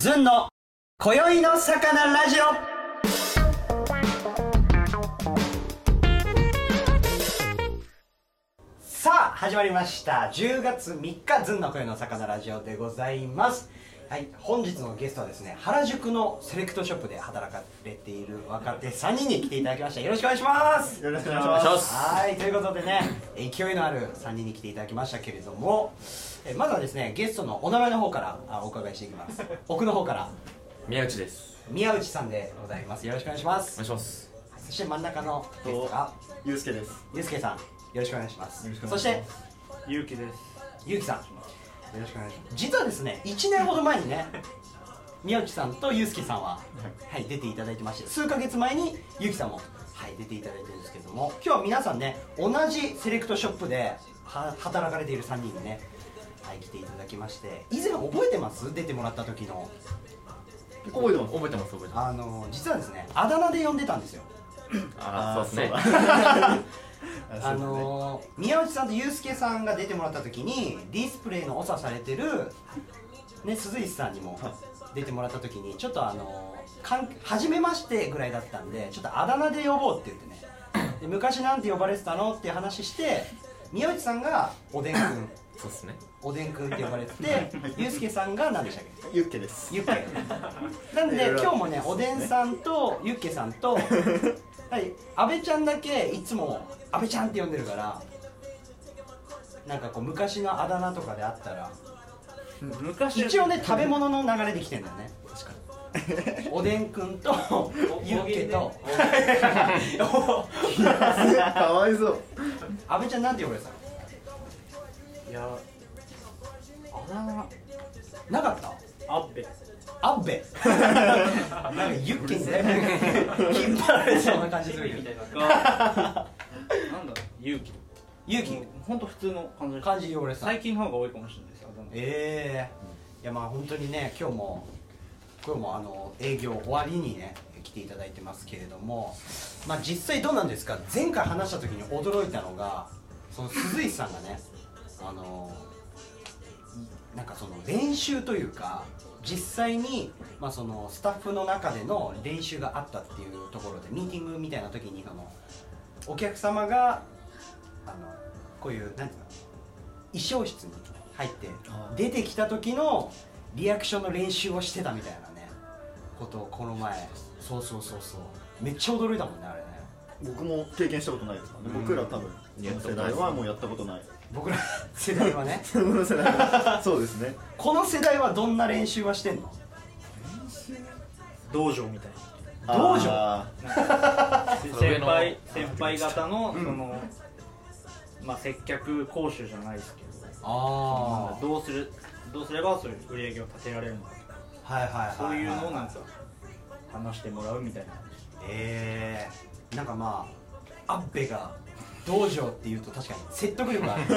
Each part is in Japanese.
ずんの今宵の魚ラジオ。さあ始まりました。10月3日ずんの今宵の魚ラジオでございます。はい、本日のゲストはですね、原宿のセレクトショップで働かれている若手3人に来ていただきました。よろしくお願いします。 よろしくお願いします。 はい、ということでね、勢いのある3人に来ていただきましたけれども、まずはですね、ゲストのお名前の方からお伺いしていきます。奥の方から宮内です。 宮内さんでございます。よろしくお願いします。 お願いします。 そして真ん中のゲストがゆうすけです。 ゆうすけさん、よろしくお願いします。 よろしくおそして願いします。ゆうきです。 ゆうきさん、よろしくお願いします。実はですね、1年ほど前にね、宮内さんとゆうすけさんは、はい、出ていただいてまして、数ヶ月前にゆうきさんも、はい、出ていただいてるんですけども、今日は皆さんね、同じセレクトショップで働かれている3人にね、はい、来ていただきまして、以前覚えてます？出てもらった時の。 覚えてます。 実はですね、あだ名で呼んでたんですよ。 そうですね。 宮内さんとゆうすけさんが出てもらった時にディスプレイの長されてる、ね、鈴石さんにも出てもらった時にちょっと初めましてぐらいだったんで、ちょっとあだ名で呼ぼうって言ってね、で昔なんて呼ばれてたのっていう話して、宮内さんがおでんくんそうですね。 おでんくんって呼ばれてて、ゆうすけさんが何でしたっけ？ ゆっけです。 ゆっけなんで今日もね、おでんさんとゆっけさんと、はい、阿部ちゃんだけいつも阿部ちゃんって呼んでるから、なんかこう昔のあだ名とかであったら、一応ね、食べ物の流れできてんだよね。確かにおでんくんとゆっけとかわいそう。 阿部ちゃんなんて呼ばれてたの？ いや、あだ名なかった？ アッベ。 アッベなんかユッケにだいぶ引っ張られそうな感じするけど、 なんだろう、勇気。 勇気本当普通の感じで呼ばれてた。 最近の方が多いかもしれないです。あだ名。 いや、まあ本当にね、今日も営業終わりにね来ていただいてますけれども、まあ実際どうなんですか？前回話した時に驚いたのが、その鈴石さんがね、なんかその練習というか、実際に、まあ、そのスタッフの中での練習があったっていうところで、ミーティングみたいな時にお客様がこういうなんていうの、衣装室に入って出てきた時のリアクションの練習をしてたみたいなねことをこの前、そうめっちゃ驚いたもんね、あれね。 僕も経験したことないですからね。僕ら多分世代はもうやったことない。 僕ら世代はねその世代はそうですね。 この世代はどんな練習はしてんの？ 道場みたいな。 道場？ 先輩方のその、まあ接客講習じゃないですけど、どうすればそういう売り上げを立てられるのかとか、そういうのをなんか話してもらうみたいな。 なんかまあアッベが道場っていうと確かに説得力ある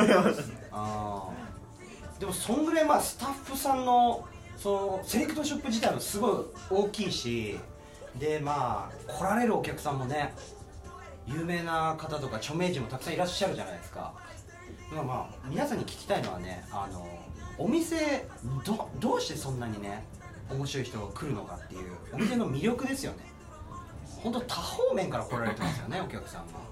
でもそんぐらい、まあスタッフさんのそのセレクトショップ自体もすごい大きいし、でまあ来られるお客さんもね、有名な方とか著名人もたくさんいらっしゃるじゃないですか。だからまあ皆さんに聞きたいのはね、お店どうしてそんなにね面白い人が来るのかっていうお店の魅力ですよね。本当多方面から来られてますよね、お客さんが。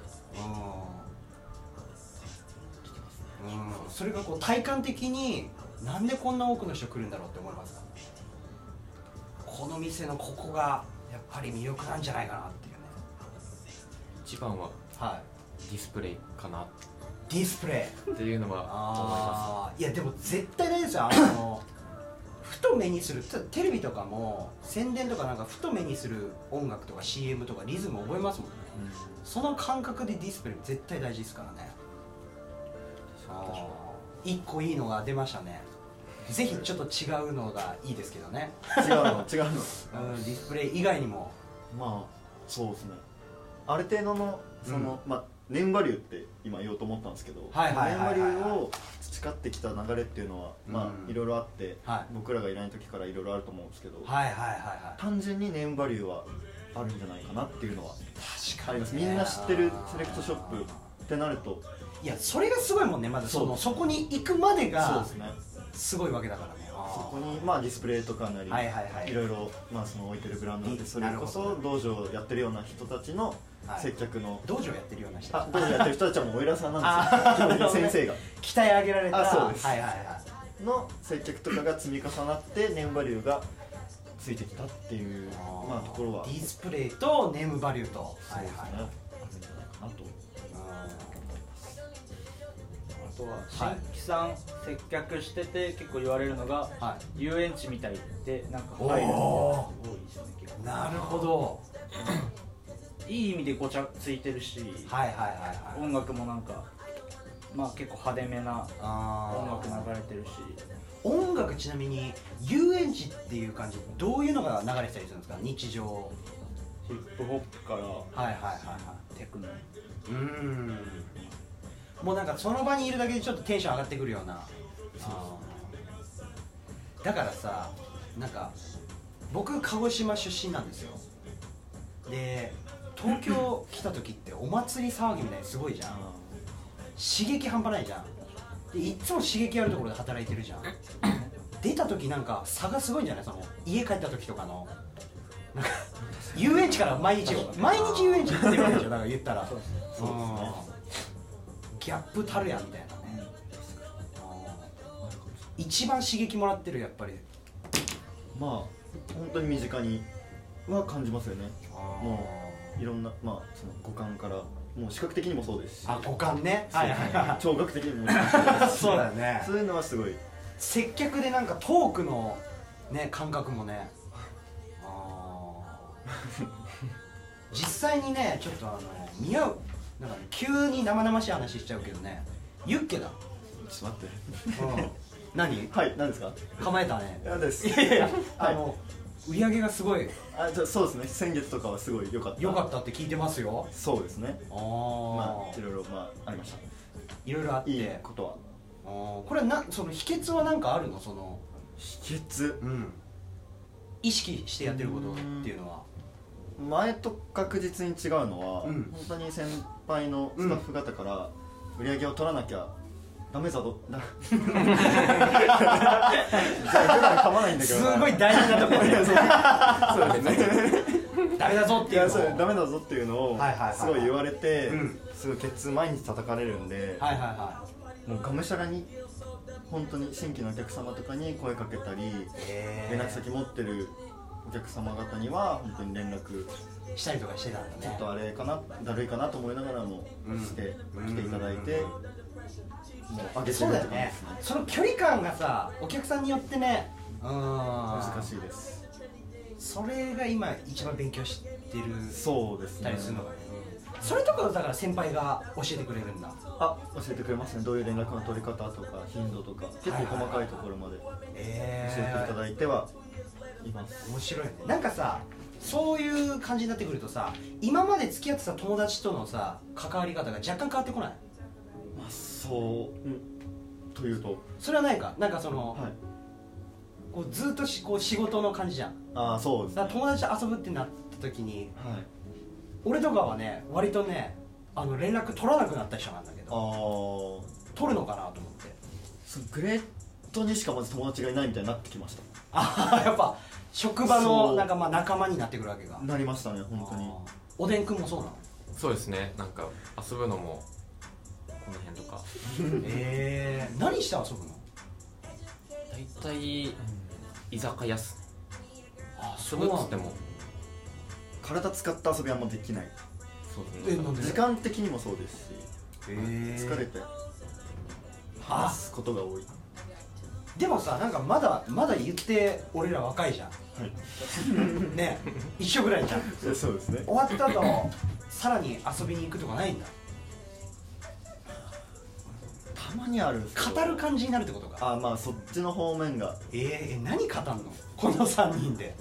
それがこう体感的になんでこんな多くの人来るんだろうって思いますか？この店のここがやっぱり魅力なんじゃないかなっていうね。 一番はディスプレイかなディスプレイっていうのは思います。 いやでも絶対ないですよ。ふと目にするテレビとかも宣伝とかなんかふと目にする音楽とか CM とかリズム覚えますもんね、その感覚でディスプレイ絶対大事ですからね。一個いいのが出ましたね。ぜひちょっと違うのがいいですけどね。 違うのディスプレイ以外にも、 まあそうですね、ある程度のその、まあネームバリューって今言おうと思ったんですけど、ネームバリューを培ってきた流れっていうのはまあいろいろあって、僕らがいない時からいろいろあると思うんですけど、単純にネームバリューはあるんじゃないかなっていうのはあります。みんな知ってるセレクトショップってなると、 いやそれがすごいもんね。まずそこに行くまでがすごいわけだからね。 そこにまあディスプレイとかなりいろいろまあその置いてるブランドで、それこそ道場やってるような人たちの接客の、 道場やってるような人、 道場やってる人たちはもうお偉さんなんですよ先生が鍛え上げられた、 そうです、の接客とかが積み重なってネームバリューがついてきたっていうまあところは、 ディスプレイとネームバリューと、 そうですね、あるんじゃないかなと。 あとは新規さん接客してて結構言われるのが、遊園地みたいってなんか入るの多いですね。結構なるほどいい意味でごちゃついてるし、音楽もなんかまあ結構派手めな音楽流れてるし。 音楽ちなみに遊園地っていう感じどういうのが流れてたりするんですか？日常ヒップホップからテクノ、 もうなんかその場にいるだけでちょっとテンション上がってくるような。だからさ、なんか僕鹿児島出身なんですよ。で東京来た時ってお祭り騒ぎみたいにすごいじゃん。刺激半端ないじゃん。でいつも刺激あるところで働いてるじゃん。出た時なんか差がすごいんじゃない？その家帰った時とかのなんか遊園地から毎日遊園地行ってるわけでしょ。だから言ったらそうですね、ギャップたるやみたいなね。一番刺激もらってるやっぱり。 まあ本当に身近には感じますよね。もういろんなまあその五感からもう視覚的にもそうですし、 五感ね、 聴覚的にもそうだよね。 そういうのはすごい接客でなんかトークのね感覚もね、実際にねちょっと似合うなんか、ね、急に生々しい話しちゃうけどね、ユッケだ。 ちょっと待って、 何？ はい何ですか？ 構えたね。 嫌です。 いや売り上げがすごい。 そうですね、先月とかはすごい良かったって聞いてますよ。 そうですね。まあいろいろありました。 いろいろあって。 いいことは。 これはその秘訣は何かあるの？その秘訣。 意識してやってることっていうのは。 前と確実に違うのは、本当に先輩のスタッフ方から売り上げを取らなきゃダメだぞ。普段噛まないんだけど。すごい大事なところで。 そうですね。 ダメだぞっていうの。 ダメだぞっていうのをすごい言われて、すごいケツ毎日叩かれるんで、もうがむしゃらに本当に新規のお客様とかに声かけたり、連絡先持ってるお客様方には本当に連絡したりとかしてたんだね。 ちょっとあれかな、だるいかなと思いながらもして来ていただいて。 そうだよね。その距離感がさ、お客さんによってね、 難しいです。 それが今一番勉強してる。 そうですね。 それとかだから先輩が教えてくれるんだ。 教えてくれますね。どういう連絡の取り方とか頻度とか結構細かいところまで教えていただいてはいます。 面白いね。なんかさ、そういう感じになってくるとさ、今まで付き合ってた友達とのさ関わり方が若干変わってこない？ そうというと、 それはないか。なんかその、こうずっとこう仕事の感じじゃん。 そうですね。 だから友達と遊ぶってなった時に、俺とかはね割とね連絡取らなくなった人なんだけど、取るのかなと思って。 グレートにしかまず友達がいないみたいになってきました。 やっぱ職場のなんか仲間になってくるわけが。 なりましたね、本当に。 おでんくんもそうなの？ そうですね。なんか遊ぶのもこの辺とか。 何して遊ぶの？ 大体居酒屋っす。遊ぶっつっても体使った遊びはあんまできない。 そうですね。 時間的にもそうですし、疲れて話すことが多い。 でもさ、なんかまだ言って俺ら若いじゃん。ね、一緒ぐらいじゃん。 そうですね。 終わった後さらに遊びに行くとかないんだ？ たまにある。 語る感じになるってことか。 まあそっちの方面が。 何語んの？この3人で。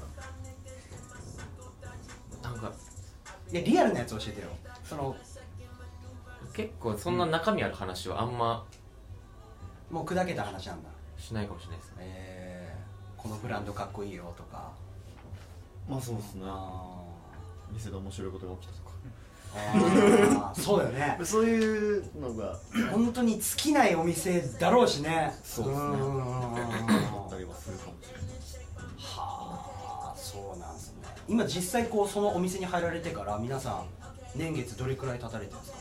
なんかリアルなやつ教えてよ。その結構そんな中身ある話はあんま、 もう砕けた話なんだ。 しないかもしれないですね。 このブランドかっこいいよとか。 まあそうですね。店で面白いことが起きたとか。 そうだよね。 そういうのが本当に尽きないお店だろうしね。 そうですね。あったりはするかもしれない。 はあ、そうなんですね。今実際こうそのお店に入られてから皆さん年月どれくらい経たれてるんですか？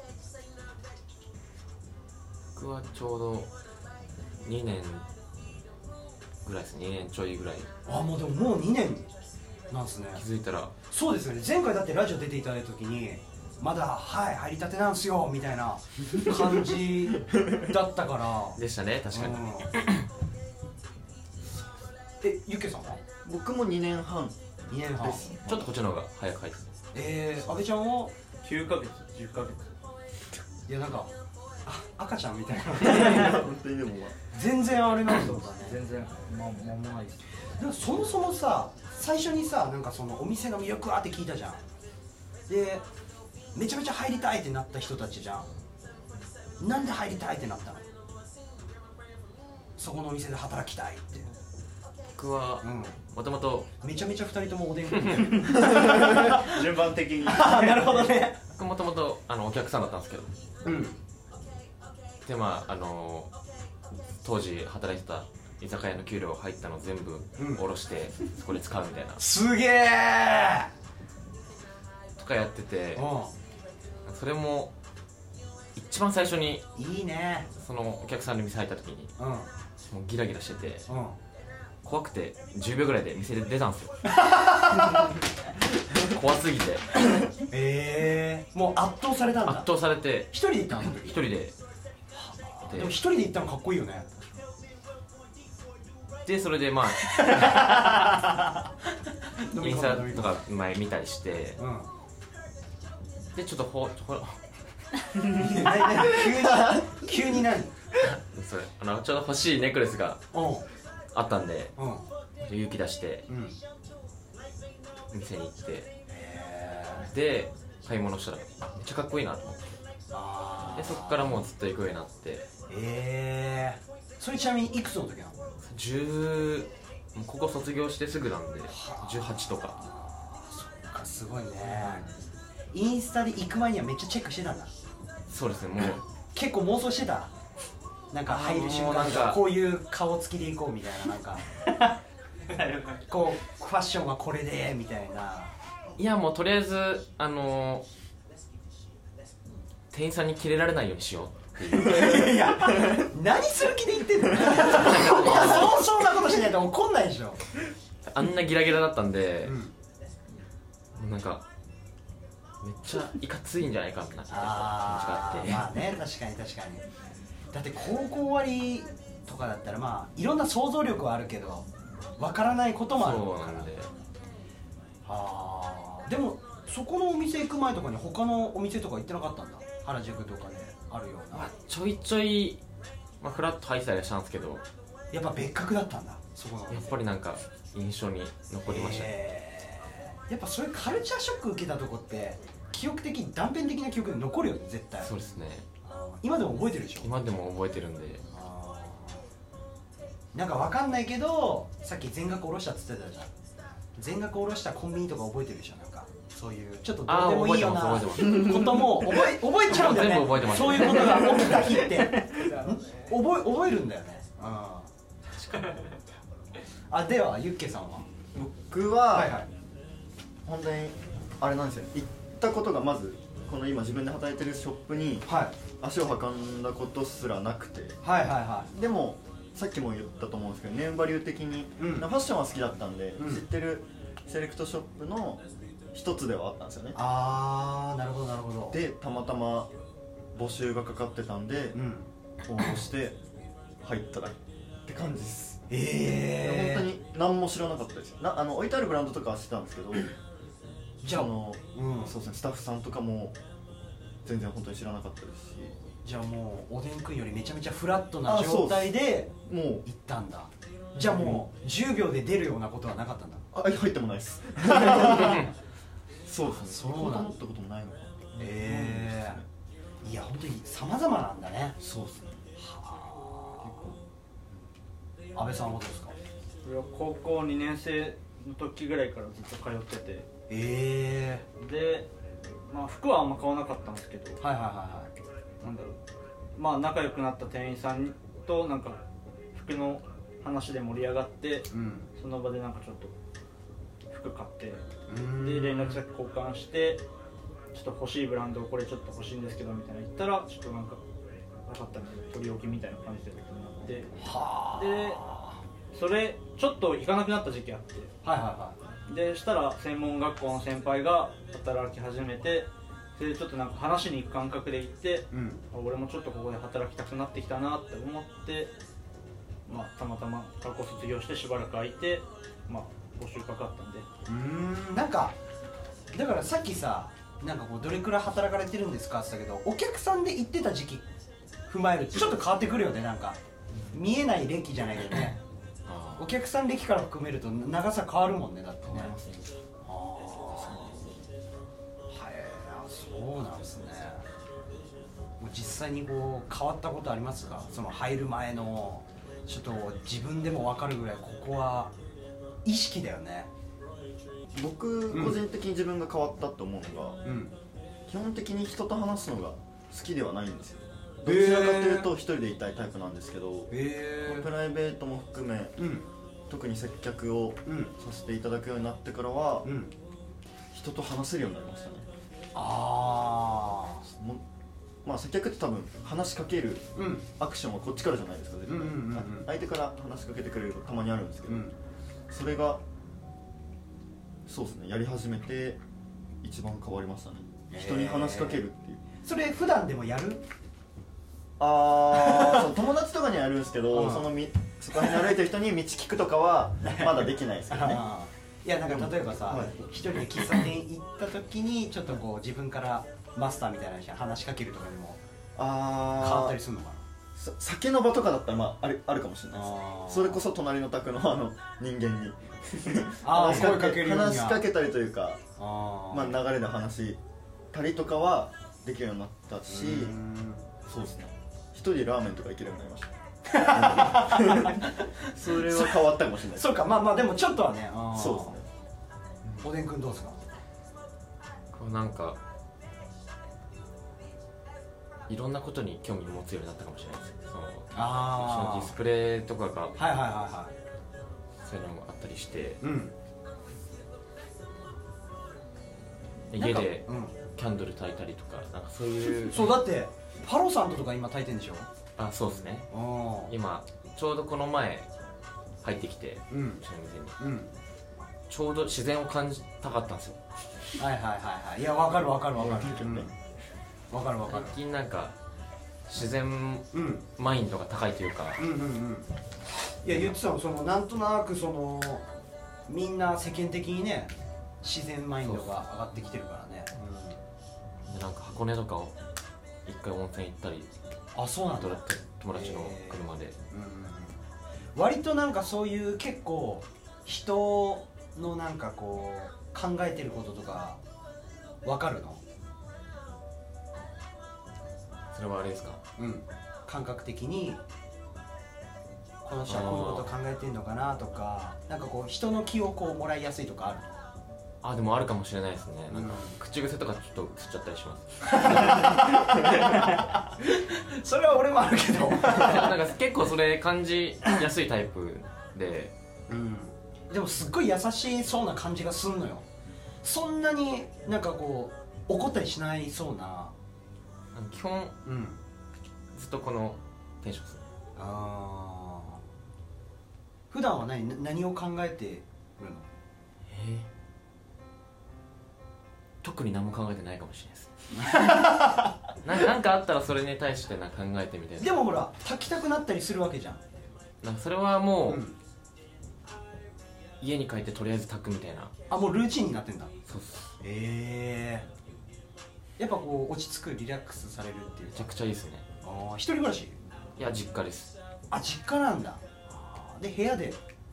僕はちょうど2年ぐらいですね。2年ちょいぐらい。 もうでももう2年なんですね。 気づいたら。 そうですよね。前回だってラジオ出ていただいた時にまだ入りたてなんすよみたいな感じだったからでしたね、確かに。 ゆっけさんは？ 僕も2年半です。 ちょっとこっちの方が早く入って阿部ちゃんは 9ヶ月10ヶ月。 いやなんか赤ちゃんみたいな本当にでも全然あれなんだね。 全然間もないです。 でもそもそもさ、最初にさ、なんかそのお店の魅力って聞いたじゃん。でめちゃめちゃ入りたいってなった人たちじゃん。なんで入りたいってなったの？そこのお店で働きたいって。 僕はもともとめちゃめちゃ2人ともおでん順番的になるほどね。 僕もともとお客さんだったんですけど、で当時働いてた居酒屋の給料入ったの全部下ろしてそこで使うみたいな、 すげえとかやってて、それも一番最初にいいね。 そのお客さんの店入った時にもうギラギラしてて、怖くて10秒ぐらいで店で出たんですよ怖すぎてもう圧倒されたんだ。 圧倒されて。 一人で行ったの？ 一人で。 でも一人で行ったのかっこいいよね。 でそれでまあインスタとか前見たりして、でちょっと急に何？ それちょうど欲しいネックレスがあったんで、勇気出して店に行って、で買い物したらめっちゃかっこいいなと思って、でそこからもうずっと行くようになって。 それちなみにいくつの時なの ？10、ここ卒業してすぐなんで18とか。 そっか、すごいね。インスタで行く前にはめっちゃチェックしてたんだ。 そうですね、もう結構妄想してた。なんか入る瞬間こういう顔つきで行こうみたいな、なんかこうファッションはこれでみたいな。 いやもうとりあえず店員さんにキレられないようにしようっていう。 いや何する気で言ってんの？そうなことしないと怒んないでしょ。 あんなギラギラだったんで、なんかめっちゃいかついんじゃないかみたいな気持ちがあって。 まあね、確かにだって高校終わりとかだったらまあいろんな想像力はあるけどわからないこともあるから。そうなんで。でもそこのお店行く前とかに他のお店とか行ってなかったんだ？原宿とかであるような。 ちょいちょいフラッと入ってたりしたんですけど、 やっぱ別格だったんだ、そこのお店。 やっぱりなんか印象に残りましたね。 やっぱそういうカルチャーショック受けたとこって記憶的に断片的な記憶に残るよね、絶対。 そうですね。 今でも覚えてるでしょ？ 今でも覚えてるんで。 なんかわかんないけど、さっき全額下ろしたって言ってたじゃん。全額下ろしたコンビニとか覚えてるでしょ？なんかそういうちょっとどうでもいいようなことも覚えちゃうんだよね。 全部覚えてます。 そういうことが起きた日って覚えるんだよね。確かに。ではユッケさんは？ 僕は本当にあれなんですよ。行ったことがまずこの今自分で働いてるショップに足を運んだことすらなくて、でもさっきも言ったと思うんですけど、ネームバリュー的にファッションは好きだったんで、知ってるセレクトショップの一つではあったんですよね。 なるほどなるほど。 でたまたま募集がかかってたんで、応募して入ったらって感じです。本当に何も知らなかったです。置いてあるブランドとかは知ってたんですけど、じゃあそうですね、スタッフさんとかも全然本当に知らなかったですし。 じゃあもうおでんくんよりめちゃめちゃフラットな状態でもう行ったんだ。じゃあもう10秒で出るようなことはなかったんだ？ 入ってもないです。そうですね。そう思ったこともないのか。 いや本当に様々なんだね。 そうですね。 安倍さんはどうですか？ 高校2年生の時ぐらいからずっと通ってて、でまあ服はあんま買わなかったんですけど、 はいはいはいはい、 なんだろう、まあ仲良くなった店員さんとなんか服の話で盛り上がって、うん、その場でなんかちょっと服買って、で連絡先交換して、ちょっと欲しいブランドこれちょっと欲しいんですけどみたいな言ったら、ちょっとなんか分かったみたいな、取り置きみたいな感じでなって、でそれちょっと行かなくなった時期あって、はいはいはい、でしたら専門学校の先輩が働き始めて、でちょっとなんか話に行く感覚で行って、うん、俺もちょっとここで働きたくなってきたなって思って、まあ、たまたま学校卒業してしばらく空いて、まあ、募集かかったんで。 なんかだからさっきさ、なんかこうどれくらい働かれてるんですかって言ったけど、お客さんで行ってた時期踏まえるとちょっと変わってくるよね。なんか見えない歴じゃないけどねお客さん歴から含めると長さ変わるもんね。だってね。そうなんですね。実際にこう変わったことありますか？その入る前のちょっと自分でも分かるぐらいここは意識だよね。 僕個人的に自分が変わったと思うのが、うん、基本的に人と話すのが好きではないんですよ。どちらかというと一人でいたいタイプなんですけど、プライベートも含め、うん、特に接客をさせていただくようになってからは、うん、人と話せるようになりましたね。まあ接客って多分話しかけるアクションはこっちからじゃないですか。絶対相手から話しかけてくれることたまにあるんですけど、うん、それがそうですね、やり始めて一番変わりましたね。人に話しかけるっていう。 それ普段でもやる？ そう友達とかにはやるんですけど、そこら辺に歩いてる人に道聞くとかはまだできないですけどねいや、なんか例えばさ、一人で喫茶店行った時にちょっとこう自分からマスターみたいな人に話しかけるとかにも変わったりするのかな。 酒の場とかだったら、まあ、あるかもしれないです。それこそ隣の宅の人間に話しかけたりというか、まあ、流れで話したりとかはできるようになったし、そうですね、一人でラーメンとか行けるようになりましたそれは変わったかもしれない。 そうか、まあまあでもちょっとはね。 そうですね。 おでんくんどうですか？ なんかいろんなことに興味を持つようになったかもしれないです。そのディスプレイとかが、そういうのもあったりして、うん、家でキャンドル焚いたりとか、なんかそういうそうだってパロさんとか今焚いてるんでしょ？ あ、そうですね。今ちょうどこの前入ってきて、うちの店に、ちょうど自然を感じたかったんですよ。 はいはいはいはい。いや、分かる分かる分かる。分かる分かる。 最近なんか自然マインドが高いというか、 いや、言ってたの、そのなんとなくそのみんな世間的にね、自然マインドが上がってきてるからね。 なんか箱根とかを一回温泉行ったり。 あ、そうなんだ。 友達の車で、 割となんかそういう結構人のなんかこう考えてることとか分かるの？ それはあれですか？ 感覚的にこの人はこういうこと考えてるのかなとか、なんかこう人の気をこうもらいやすいとかあるの？ でもあるかもしれないですね。なんか口癖とかちょっと映っちゃったりしますそれは俺もあるけどなんか結構それ感じやすいタイプで、 でもすっごい優しそうな感じがすんのよ。そんなになんかこう怒ったりしないそうな。 基本、ずっとこのテンションですね。 普段は何を考えてるの？ 特に何も考えてないかもしれないですなんかあったらそれに対して考えてみたいな。 でもほら炊きたくなったりするわけじゃん。 なんかそれはもう、家に帰ってとりあえず炊くみたいな。 もうルーチンになってんだ。 そうっす。 やっぱこう落ち着く、リラックスされるっていう。 めちゃくちゃいいですね。 一人暮らし？ いや、実家です。 実家なんだ。で部屋で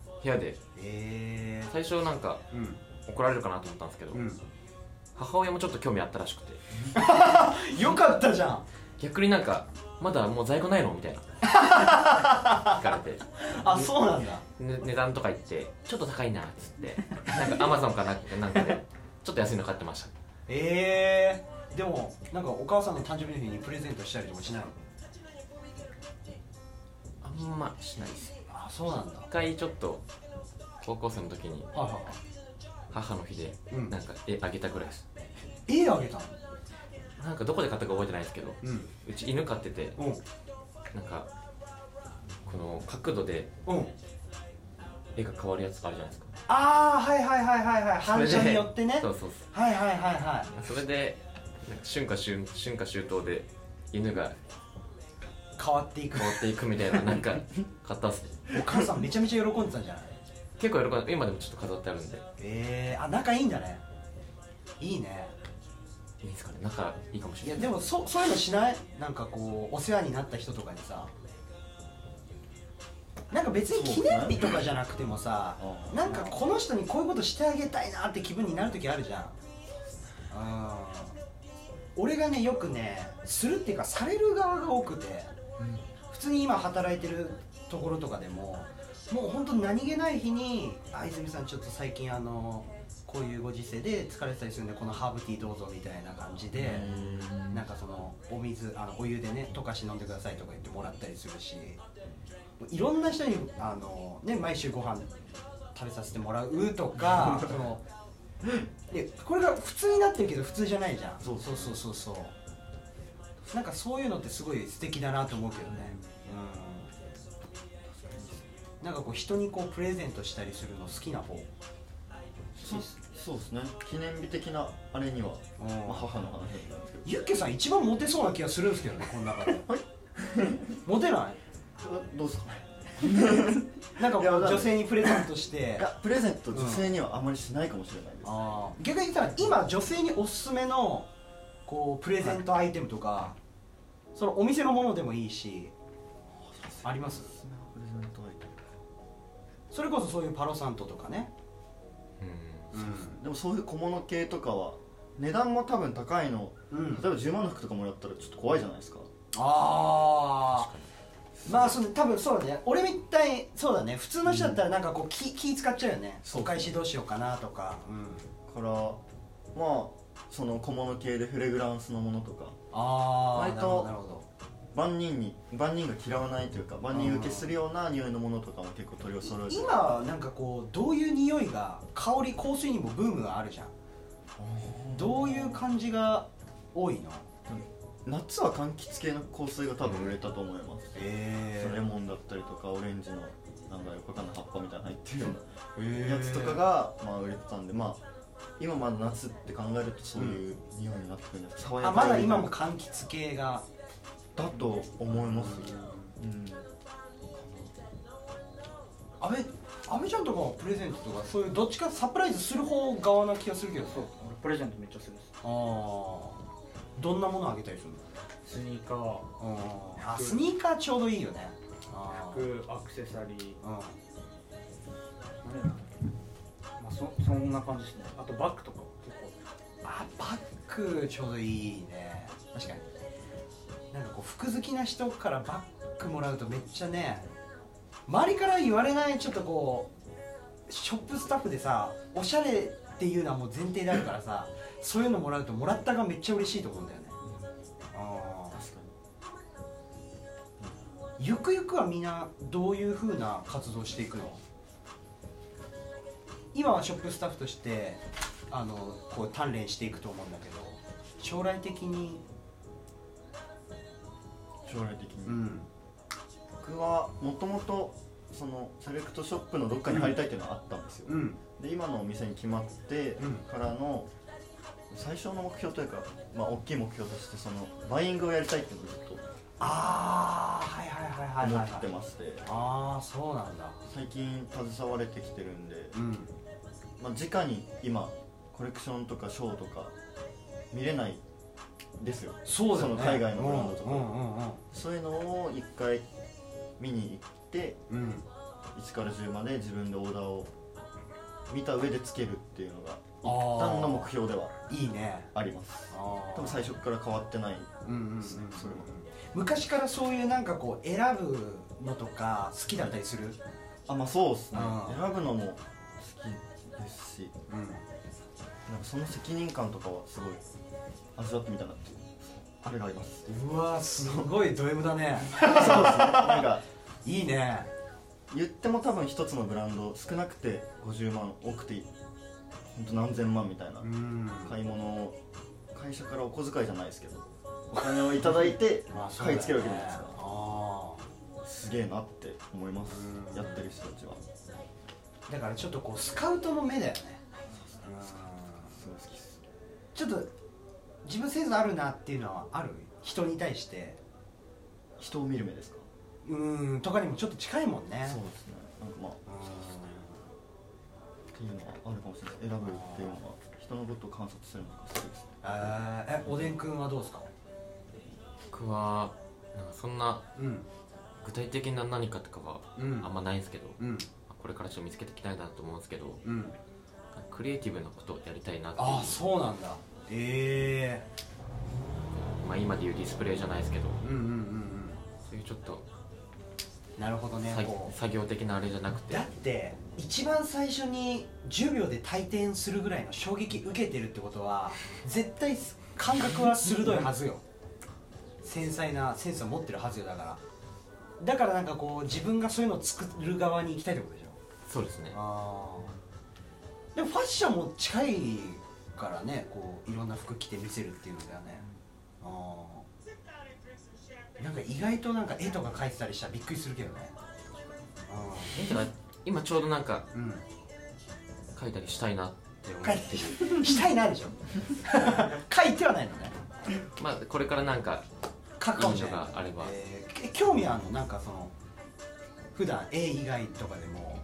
最初なんか、怒られるかなと思ったんですけど、母親もちょっと興味あったらしくてよかったじゃん。 逆になんかまだもう在庫ないのみたいな聞かれてそうなんだ。 値段とか言ってちょっと高いなっつってなんかアマゾンかなんかでちょっと安いの買ってました。 でもなんかお母さんの誕生日の日にプレゼントしたりとかしないの？ あんましないです。 あ、そうなんだ。 一回ちょっと高校生の時に母の日でなんか絵あげたぐらいです。 絵あげたの？ なんかどこで買ったか覚えてないですけど、うち犬飼ってて、なんかこの角度で絵が変わるやつあるじゃないですか。 ああ、はいはいはいはいはい、反射によってね。 そうそうそう、 はいはいはいはい。 それでなんか春夏秋冬で犬が変わっていくみたいな、なんか買ったっす。 お母さんめちゃめちゃ喜んでたんじゃない？ 結構喜んで、今でもちょっと飾ってあるんで。 あ、仲いいんだね。いいね。 いいですかね、仲いいかもしれない。 いやでもそういうのしない？なんかこうお世話になった人とかにさ、なんか別に記念日とかじゃなくてもさ、なんかこの人にこういうことしてあげたいなって気分になる時あるじゃん。俺がねよくねするっていうかされる側が多くて、普通に今働いてるところとかでももう本当に何気ない日に「泉さんちょっと最近こういうご時世で疲れてたりするんでこのハーブティーどうぞ」みたいな感じで、なんかそのお湯でね溶かし飲んでくださいとか言ってもらったりするし、いろんな人に毎週ご飯食べさせてもらうとかそのこれが普通になってるけど普通じゃないじゃん。そうなんかそういうのってすごい素敵だなと思うけどね。なんかこう人にこうプレゼントしたりするの好きな方？ そうですね。記念日的なあれには、母の話なんですけど、 ユッケさん一番モテそうな気がするんですけどね、この中で。はいモテない？ どうですかね。 なんかこう女性にプレゼントして。 いや、プレゼント女性にはあまりしないかもしれないです。 逆に言ったら今女性におすすめのこうプレゼントアイテムとか、そのお店のものでもいいしあります？それこそそういうパロサントとかね。 でもそういう小物系とかは値段も多分高いの、例えば10万の服とかもらったらちょっと怖いじゃないですか。 まあ多分そうだね。俺みたいそうだね。普通の人だったらなんかこう気使っちゃうよね。お返しどうしようかなとか。 からまあその小物系でフレグランスのものとか、割と万人が嫌わないというか万人受けするような匂いのものとかも結構取り揃えて。 今なんかこうどういう匂いが香水にもブームがあるじゃん。どういう感じが多いの？ 夏は柑橘系の香水が多分売れたと思います。レモンだったりとかオレンジのなんかよくわかんない葉っぱみたいな入ってるようなやつとかが売れてたんで、今まだ夏って考えるとそういう匂いになってくるんです。 まだ今も柑橘系がだと思います。 阿部ちゃんとかはプレゼントとかそういうどっちかサプライズする方側な気がするけど。 そう、俺プレゼントめっちゃする。 どんなものあげたりするの？ スニーカー。 スニーカーちょうどいいよね。 服、アクセサリー。そんな感じですね。あとバッグとか結構。 バッグちょうどいいね。確かに。なんかこう服好きな人からバッグもらうとめっちゃね、周りから言われないちょっとこうショップスタッフでさ、おしゃれっていうのはもう前提であるからさ、そういうのもらうともらったがめっちゃ嬉しいと思うんだよね。確かに。ゆくゆくはみんなどういう風な活動をしていくの？今はショップスタッフとしてこう鍛錬していくと思うんだけど、将来的に僕はもともとそのセレクトショップのどっかに入りたいっていうのはあったんですよ。で今のお店に決まってからの最初の目標というか、大きい目標としてそのバイイングをやりたいっていうのをずっと思ってまして、 そうなんだ。 最近携われてきてるんで、直に今コレクションとかショーとか見れないですよ。 そうだよね。 その海外のブランドとか、そういうのを一回見に行って、1から10まで自分でオーダーを見た上でつけるっていうのが一旦の目標ではいいね。 あります。多分最初から変わってないですね。それも昔からそういうなんかこう選ぶのとか好きだったりする？ そうですね。選ぶのも好きですし、なんかその責任感とかはすごい味わってみたなっていうあれがあります。 うわすごいド M だねそうですね、なんかいいね。 言っても多分一つのブランド少なくて50万多くて本当何千万みたいな買い物を会社からお小遣いじゃないですけどお金をいただいて買い付けるわけじゃないですか。すげえなって思います、やってる人たちは。 だからちょっとこうスカウトの目だよね。 すごい好きです。 ちょっと自分センスあるなっていうのはある？人に対して人を見る目ですか？ とかにもちょっと近いもんね。 そうですね、なんかまあっていうのはあるかもしれないです。選ぶっていうのは人のことを観察するのが好きですね。 おでんくんはどうですか？ 僕はなんかそんな具体的な何かとかはあんまないんですけど、これからちょっと見つけていきたいなと思うんですけど、クリエイティブなことをやりたいなっていう。 あ、そうなんだ。 まあ今でいうディスプレイじゃないですけど、そういうちょっとなるほどね、 作業的なあれじゃなくて、 だって一番最初に10秒で退店するぐらいの衝撃受けてるってことは絶対感覚は鋭いはずよ。繊細なセンスを持ってるはずよ。だからなんかこう自分がそういうのを作る側に行きたいってことでしょ。 そうですね。 でもファッションも近いからね、こういろんな服着て見せるっていうのではね。なんか意外となんか絵とか描いてたりしたらびっくりするけどね。 今ちょうどなんか描いたりしたいなって思ってる。 したいなでしょ描いてはないのね。 まあこれからなんか描くかもしれないがあれば、 興味あるの？なんかその普段絵以外とかでも。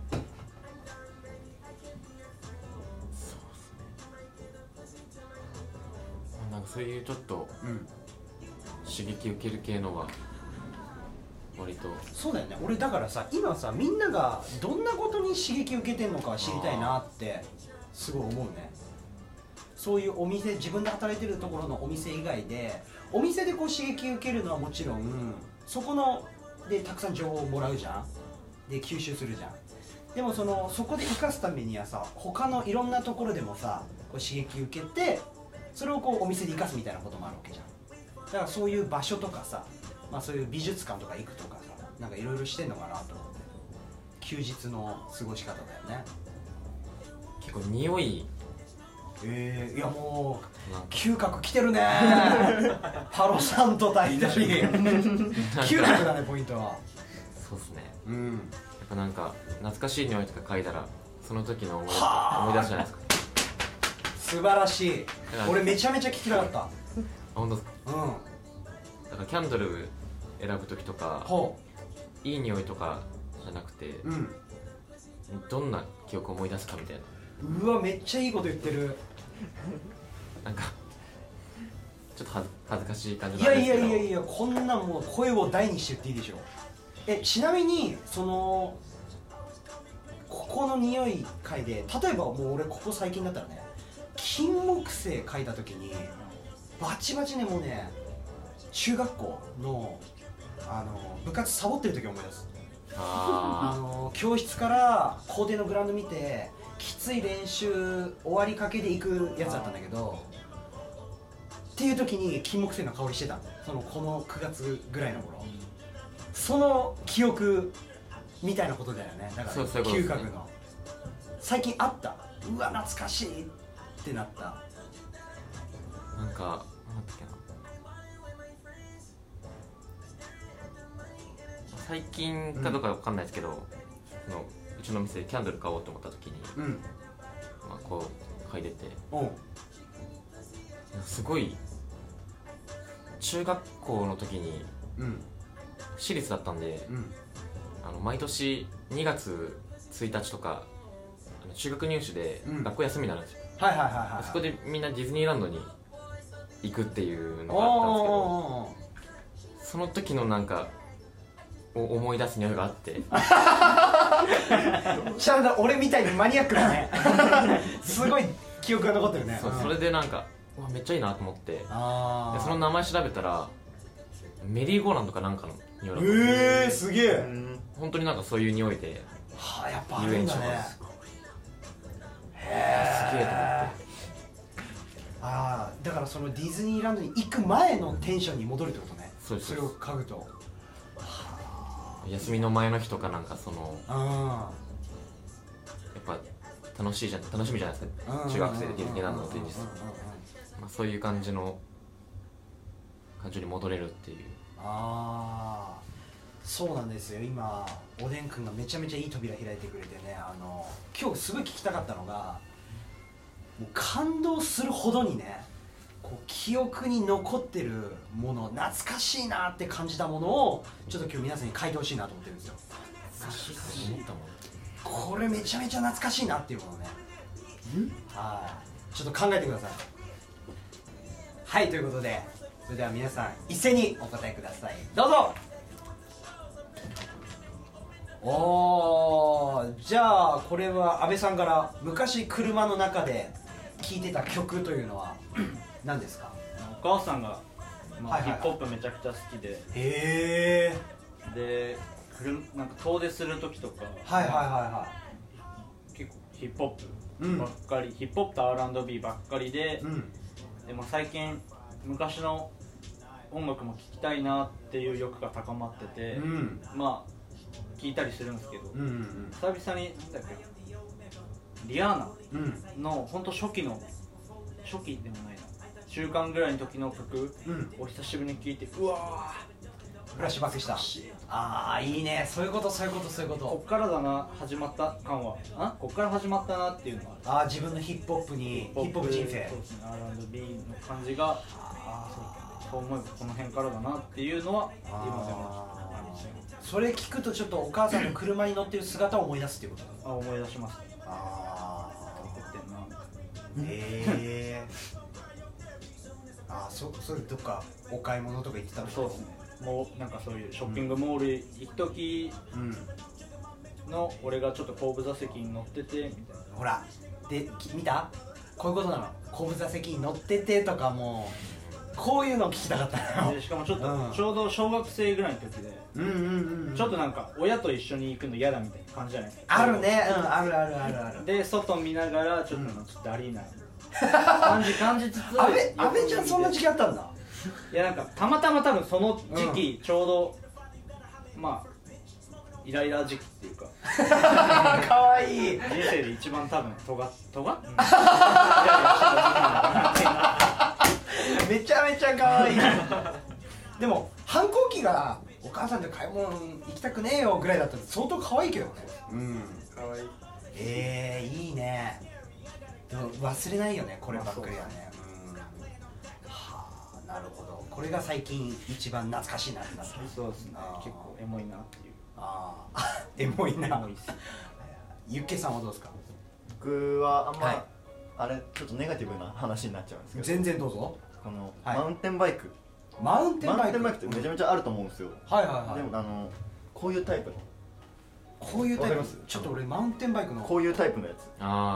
なんかそういうちょっと刺激受ける系のは割と。 そうだよね。俺だからさ、今さみんながどんなことに刺激受けてんのか知りたいなってすごい思うね。そういうお店、自分で働いてるところのお店以外で、お店でこう刺激受けるのはもちろん、そこのでたくさん情報をもらうじゃん。で吸収するじゃん。でもそこで生かすためにはさ、他のいろんなところでもさこう刺激受けて、それをこうお店で生かすみたいなこともあるわけじゃん。だからそういう場所とかさ、まあ、そういう美術館とか行くとかさ、なんかいろいろしてんのかなと思って。休日の過ごし方だよね。 結構匂い、 いやもう嗅覚きてるねパロサント炊いたり嗅覚だね、ポイントは。 そうですね。やっぱなんか懐かしい匂いとか嗅いだらその時の思い出すじゃないですか。 素晴らしい。俺めちゃめちゃ聞きたかった。 本当ですか？だからキャンドル選ぶ時とかいい匂いとかじゃなくて、どんな記憶を思い出すかみたいな。 うわ、めっちゃいいこと言ってる。 なんかちょっと恥ずかしい感じなんですけど。 いやこんなんもう声を大にして言っていいでしょ。ちなみにここの匂い嗅いで、例えばもう俺ここ最近だったらね、金木犀嗅いだ時にバチバチね、もうね中学校の部活サボってる時思い出す。教室から校庭のグラウンド見てきつい練習終わりかけで行くやつだったんだけど、っていう時に金木犀の香りしてたの。この9月ぐらいの頃、その記憶みたいなことだよね。だから嗅覚の最近あった。うわ懐かしいってなった。 なんかなんだっけな、最近かどうかわかんないですけど、うちの店でキャンドル買おうと思った時に、まあこう嗅いでて、すごい中学校の時に私立だったんで、毎年2月1日とか中学入試で学校休みになるんですよ。そこでみんなディズニーランドに行くっていうのがあったんですけど、その時のなんか思い出す匂いがあってちゃんと俺みたいにマニアックだねすごい記憶が残ってるね。 それでなんかめっちゃいいなと思って、でその名前調べたらメリーゴーランドかなんかの匂いだった。 すげえ。 本当になんかそういう匂いで、 やっぱあるんだね。 すげえと思って。 だからそのディズニーランドに行く前のテンションに戻るってことね。 そうです。 それを嗅ぐと休みの前の日とかなんかそのやっぱ楽しみじゃないですか、中学生でディズニーランドの前日、まあ、そういう感じの感情に戻れるっていう。 ああ、そうなんですよ。今おでんくんがめちゃめちゃいい扉開いてくれてね、今日すごい聞きたかったのが、もう感動するほどにね、こう記憶に残ってるもの、懐かしいなって感じたものをちょっと今日皆さんに書いてほしいなと思ってるんですよ。これめちゃめちゃ懐かしいなっていうものね。はい、ちょっと考えてください。はい、ということでそれでは皆さん一斉にお答えください。どうぞ。じゃあこれは安倍さんから昔車の中で聴いてた曲というのは何ですか？ お母さんが、ヒップホップめちゃくちゃ好きで、でなんか遠出する時とか結構ヒップホップばっかり、ヒップホップと R&B ばっかりで、でも最近昔の音楽も聴きたいなっていう欲が高まってて、まあ聴いたりするんですけど、久々になんだっけ、リアーナの本当初期でもないな、中間ぐらいの時の曲を久しぶりに聴いて、うわーフラッシュバックした。ああ、いいね。そういうことそういうことそういうこと。 こっからだな、始まった感は、こっから始まったなっていうのは、 ああ、自分のヒップホップに、ヒップホップ人生、 そうですね、R&B の感じが、そう思えばこの辺からだなっていうのは今でもあります。 それ聞くとちょっとお母さんの車に乗ってる姿を思い出すっていうことだ。 思い出します。 それどっかお買い物とか行ってたの？ そうですね。もうなんかそういうショッピングモール行く時の俺がちょっと後部座席に乗っててみたいな。 ほら、で見た？こういうことなの。後部座席に乗っててとか、もうこういうのを聞きたかったの。 しかもちょっと、ちょうど小学生ぐらいの時で、ちょっとなんか親と一緒に行くの嫌だみたいな感じじゃないですか。 あるね、あるあるあるある。 で外見ながらちょっとダリーな感じつつ、 安倍ちゃんそんな時期あったんだ。 いやなんかたまたま多分その時期ちょうど、まあイライラ時期っていうかかわいい。 人生で一番多分尖めちゃめちゃかわいい。でも反抗期がお母さんと買い物行きたくねえよぐらいだったら相当かわいいけどね。 かわいい。いいね。でも忘れないよね、こればっかりはね。はあ、なるほど。これが最近一番懐かしいなってなった。 そうですね。結構エモいなっていう。 エモいな。ゆっけさんはどうですか？ 僕はあんま、あれちょっとネガティブな話になっちゃうんですけど、 全然どうぞ。 このマウンテンバイクってめちゃめちゃあると思うんですよ。でもこういうタイプの、ちょっと俺マウンテンバイクのこういうタイプのやつ、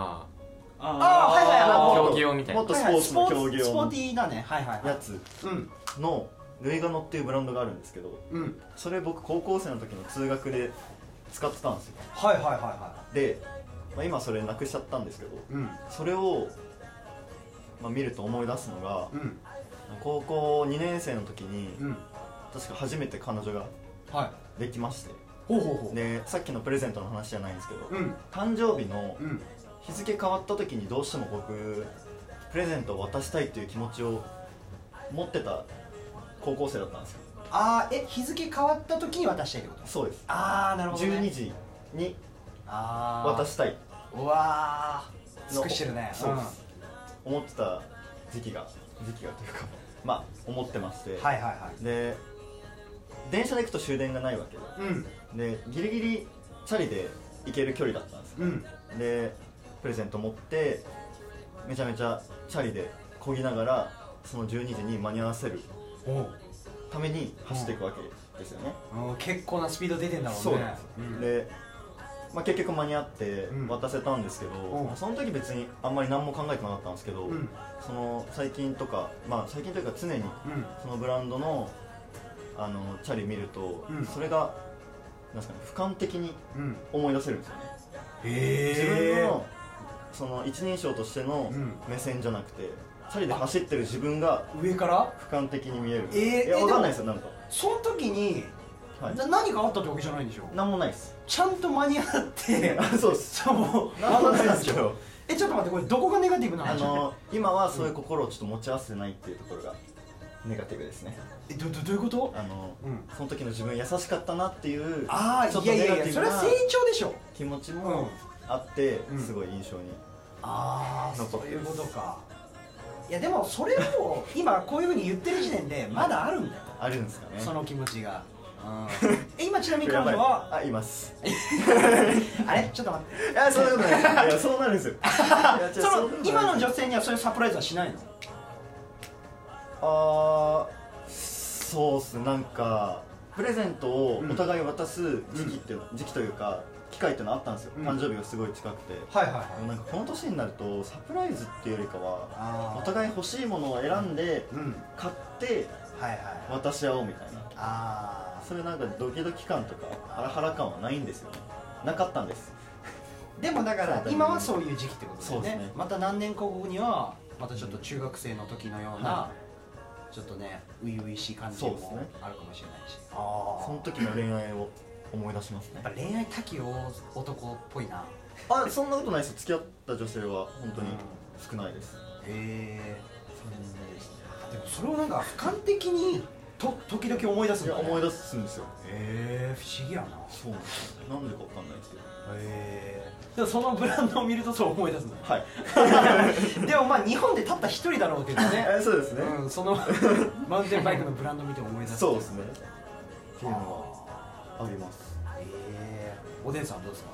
競技用みたいな、 もっとスポーツの競技用スポーティーなね、 やつのルイガノっていうブランドがあるんですけど、それ僕高校生の時の通学で使ってたんですよ。で、今それなくしちゃったんですけど、それを見ると思い出すのが、高校2年生の時に確か初めて彼女ができまして、でさっきのプレゼントの話じゃないんですけど、誕生日の日付変わった時にどうしても僕プレゼントを渡したいという気持ちを持ってた高校生だったんですよ。 日付変わった時に渡したいってこと？ そうです。 なるほどね。 12時に渡したい。 うわー、尽くしてるね。 そうです。思ってた時期がというか思ってまして、で電車で行くと終電がないわけで、ギリギリチャリで行ける距離だったんですよ。でプレゼント持ってめちゃめちゃチャリで漕ぎながらその12時に間に合わせるために走っていくわけですよね。 結構なスピード出てんだろうね。 そうなんです。で結局間に合って渡せたんですけど、その時別にあんまり何も考えてなかったんですけど、その最近というか常にそのブランドのチャリ見ると、それがなんですかね、俯瞰的に思い出せるんですよね。自分のその一人称としての目線じゃなくて、 チャリで走ってる自分が上から俯瞰的に見える。いや、わかんないですよ。なんかその時に何かあったってわけじゃないんでしょ。 なんもないです。 ちゃんと間に合ってそうです。 もうなんもないですけど、 ちょっと待って、これどこがネガティブなの？今はそういう心をちょっと持ち合わせてないっていうところがネガティブですね。 どういうこと？ その時の自分優しかったなっていう、 ちょっとネガティブな、それは成長でしょ。 気持ちもあって、すごい印象にそういうことか。いやでもそれを今こういうふうに言ってる時点でまだあるんだよ。 あるんですかね、 その気持ちが。今ちなみに彼女はいます。 あれちょっと待って、 いや、そういうことないです。いや、そうなるんですよ。 今の女性にはそういうサプライズはしないの？ そうっす。なんかプレゼントをお互い渡す時期というか機会っていうのあったんですよ。誕生日がすごい近くて、なんかこの年になるとサプライズっていうよりかはお互い欲しいものを選んで買って渡し合おうみたいな、そういうなんかドキドキ感とかハラハラ感はないんですよね。なかったんです。 でもだから今はそういう時期ってことですね。また何年か後にはまたちょっと中学生の時のようなちょっとね初々しい感じもあるかもしれないし、 その時の恋愛を思い出しますね。 やっぱ恋愛多岐男っぽいな。 そんなことないです。付き合った女性は本当に少ないです。 でもそれをなんか俯瞰的に時々思い出すんだね。 思い出すんですよ。 不思議やな。 そうなんでかわかんないですけど。 でもそのブランドを見るとそう思い出すんだ。 はい。 でもまあ日本でたった一人だろうけどね。 そうですね。 そのマウンテンバイクのブランド見て思い出す。 そうですね。っていうのはあります。 おでんさんどうですか？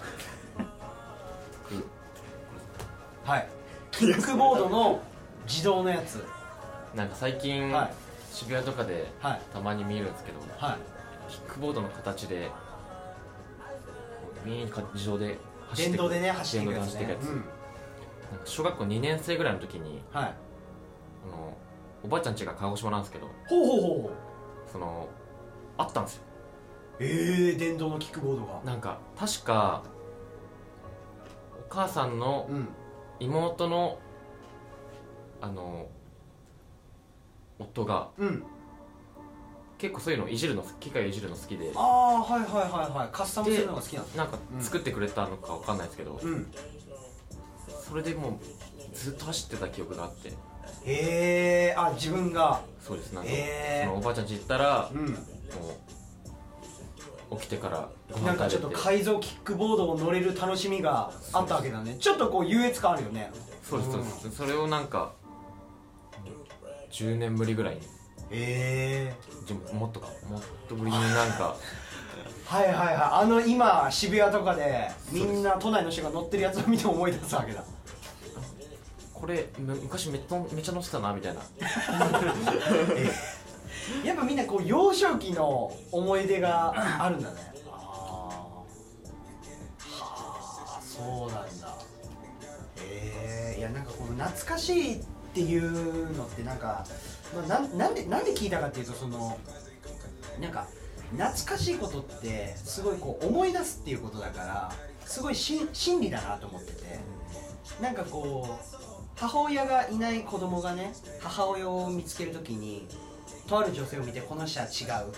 はい。キックボードの自動のやつ。 なんか最近渋谷とかでたまに見えるんですけど、キックボードの形で自動で走っていく走っていくやつね。 小学校2年生ぐらいの時におばあちゃん家が鹿児島なんですけど、あったんですよ。 電動のキックボードが。 なんか確かお母さんの妹の夫が結構そういうの機械をいじるの好きで、 カスタムするのが好きなんです。 なんか作ってくれたのかわかんないですけど、それでもうずっと走ってた記憶があって。 自分が。 そうです。なんかそのおばあちゃん家行ったらもう起きてからなんかちょっと改造キックボードを乗れる楽しみがあったわけだね。ちょっとこう優越感あるよね。 そうです。それをなんか10年ぶりぐらいに、もっとぶりになんか今渋谷とかでみんな都内の人が乗ってるやつを見て思い出すわけだ。 これ昔めっちゃ乗ってたなみたいな。 やっぱみんなこう幼少期の思い出があるんだね。そうなんだ。いやなんかこの懐かしいっていうのってなんか、なんで聞いたかっていうと、なんか懐かしいことってすごいこう思い出すっていうことだからすごい真理だなと思ってて、なんかこう母親がいない子供がね、母親を見つけるときにとある女性を見てこの人は違うって言って、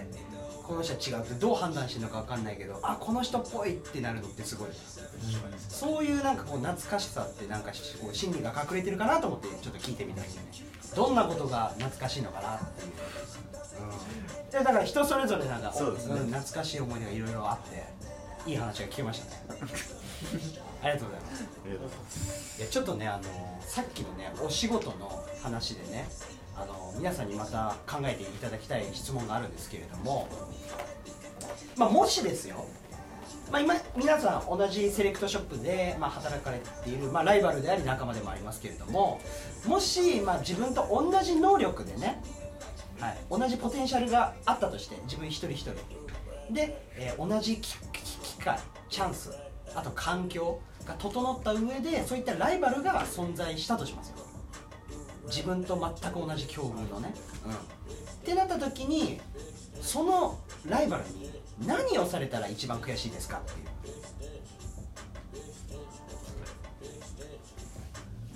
この人は違うってどう判断してるのか分かんないけど、この人っぽいってなるのってすごい、そういうなんかこう懐かしさってなんかこう心理が隠れてるかなと思ってちょっと聞いてみたいですよね。どんなことが懐かしいのかなっていう、だから人それぞれなんか、懐かしい思い出がいろいろあっていい話が聞けましたね。ありがとうございます。いやちょっとねさっきのねお仕事の話でね、皆さんにまた考えていただきたい質問があるんですけれども、もしですよ、今皆さん同じセレクトショップで、働かれている、ライバルであり仲間でもありますけれども、もし、自分と同じ能力でね、同じポテンシャルがあったとして、自分一人一人で、同じ機会、チャンス、あと環境が整った上でそういったライバルが存在したとしますよ。自分と全く同じ境遇のね、ってなった時にそのライバルに何をされたら一番悔しいですかっていう。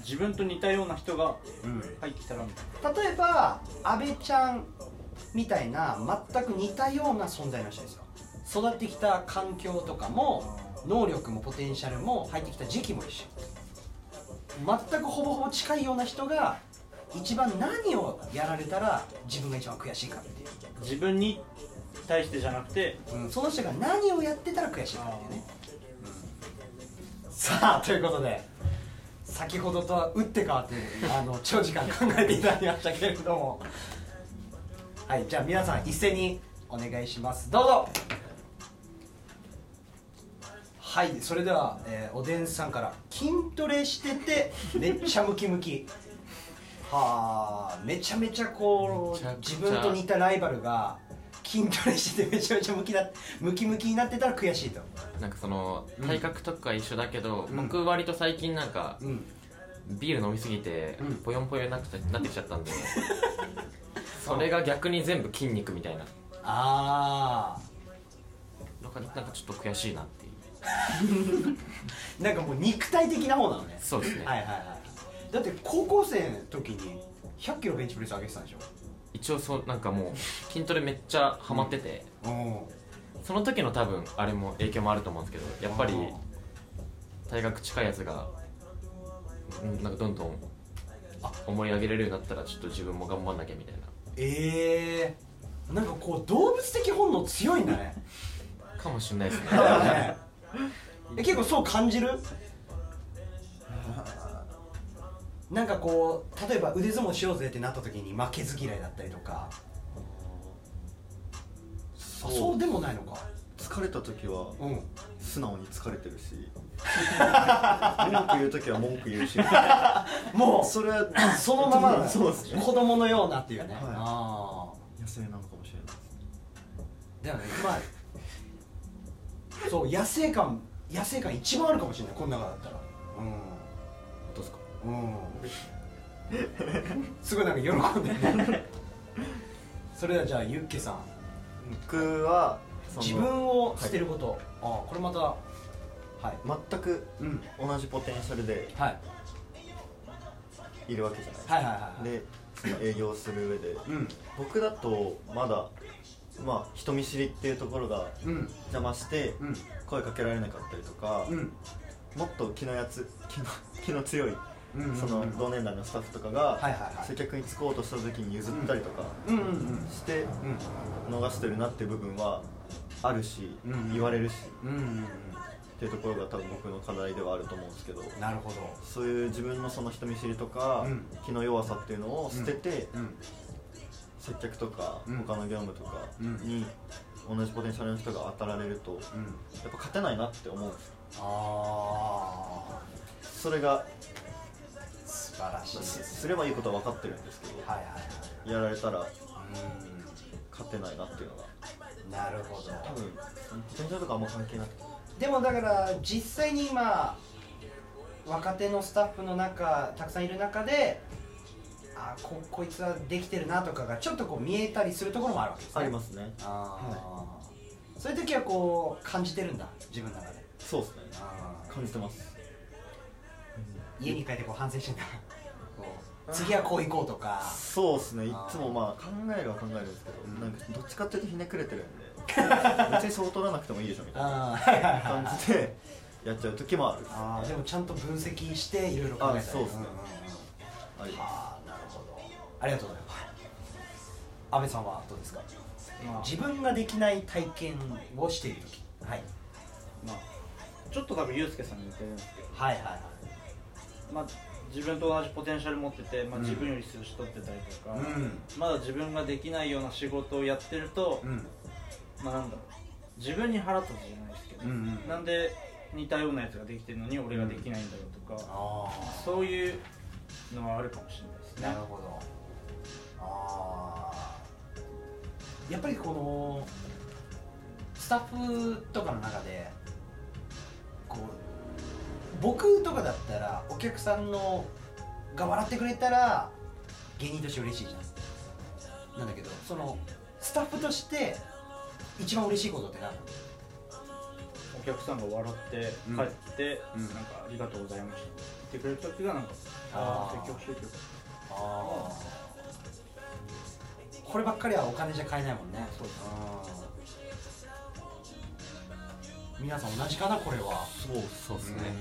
自分と似たような人が入ってきたらみたいな、 例えば阿部ちゃんみたいな全く似たような存在の人ですよ。育ってきた環境とかも能力もポテンシャルも入ってきた時期も一緒。全くほぼほぼ近いような人が一番何をやられたら自分が一番悔しいかっていう、 自分に対してじゃなくて、 その人が何をやってたら悔しいかっていうね。さあということで先ほどとは打って変わって長時間考えていただきましたけれどもはい、じゃあ皆さん一斉にお願いします。どうぞ。はい、それでは、おでんさんから筋トレしててめっちゃムキムキはあ、めちゃめちゃこう自分と似たライバルが筋トレしててめちゃめちゃムキムキになってたら悔しいと。 なんかその体格とか一緒だけど、僕割と最近なんか、ビール飲みすぎて、ぽよんぽよになってきちゃったんでそれが逆に全部筋肉みたいな、なんかちょっと悔しいなっていうなんかもう肉体的な方なのね。 そうですね。 はいはいはい。だって高校生の時に100キロベンチプレス上げてたんでしょ。 一応そうなんかもう筋トレめっちゃハマってて、その時の多分あれも影響もあると思うんですけど、やっぱり体格近いやつがなんかどんどん思い上げれるようになったらちょっと自分も頑張んなきゃみたいな。 なんかこう動物的本能強いんだね。 かもしれないですね。 結構そう感じる？なんかこう例えば腕相撲しようぜってなった時に負けず嫌いだったりとか。そうでもないのか。 疲れた時は素直に疲れてるし、文句言う時は文句言うし、 もうそれはそのままだ。 そうですね。 子供のようなっていうね。 野生なのかもしれないですね。 だよね。まあそう野生感一番あるかもしれない、この中だったら。 どうですか。 すごいなんか喜んでね。それではじゃあユッケさん。 僕は自分を捨てること、これまた、 全く同じポテンシャルでいるわけじゃないですか。でその営業する上で、僕だとまだ人見知りっていうところが邪魔して声かけられなかったりとか、もっと気の強いその同年代のスタッフとかが接客に就こうとした時に譲ったりとかして逃してるなっていう部分はあるし、言われるしっていうところが多分僕の課題ではあると思うんですけど、 なるほど。 そういう自分のその人見知りとか気の弱さっていうのを捨てて接客とか他の業務とかに同じポテンシャルの人が当たられるとやっぱ勝てないなって思うんですよ。それが素晴らしいです。 すればいいことは分かってるんですけど、やられたら勝てないなっていうのが。 なるほど。 多分ポテンシャルとかあんま関係なくて、 でもだから実際に今若手のスタッフの中たくさんいる中でこいつはできてるなとかがちょっとこう見えたりするところもあるわけですね。 ありますね。 そういう時はこう感じてるんだ、自分の中で。 そうですね。感じてます。 家に帰ってこう反省してんだ。次はこう行こうとか。 そうですね。いつも考えるは考えるんですけど、なんかどっちかっていうとひねくれてるんで別にそう取らなくてもいいでしょみたいな感じでやっちゃう時もある。 でもちゃんと分析していろいろ考えたり。 そうですね。 なるほど。ありがとうございます。阿部さんはどうですか。自分ができない体験をしている時。 ちょっと多分ユースケさんに似てるんですけど、自分と同じポテンシャル持ってて、自分より数字取ってたりとか、まだ自分ができないような仕事をやってると、なんだろう、自分に腹立つじゃないですけど、なんで似たようなやつができてるのに俺ができないんだろうとか、そういうのはあるかもしれないですね。 なるほど。やっぱりこのスタッフとかの中でこう僕とかだったらお客さんが笑ってくれたら芸人として嬉しいじゃん。なんだけどそのスタッフとして一番嬉しいことって何？ お客さんが笑って帰って、なんかありがとうございましってくれる時がなんか積極してるというか、 こればっかりはお金じゃ買えないもんね。 そうです。 皆さん同じかな、これは。 そうですね。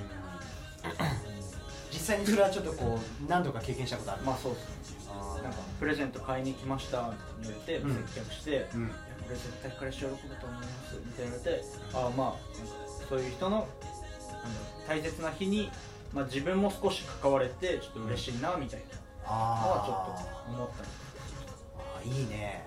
実際にそれはちょっとこう何度か経験したことある。 まあそうですね。なんかプレゼント買いに来ましたって言われて、接客して、いやこれ絶対彼氏喜ぶと思いますみたいな言われて、まあそういう人の大切な日に、まあ、自分も少し関われてちょっと嬉しいなみたいなのはちょっと思ったり。 いいね。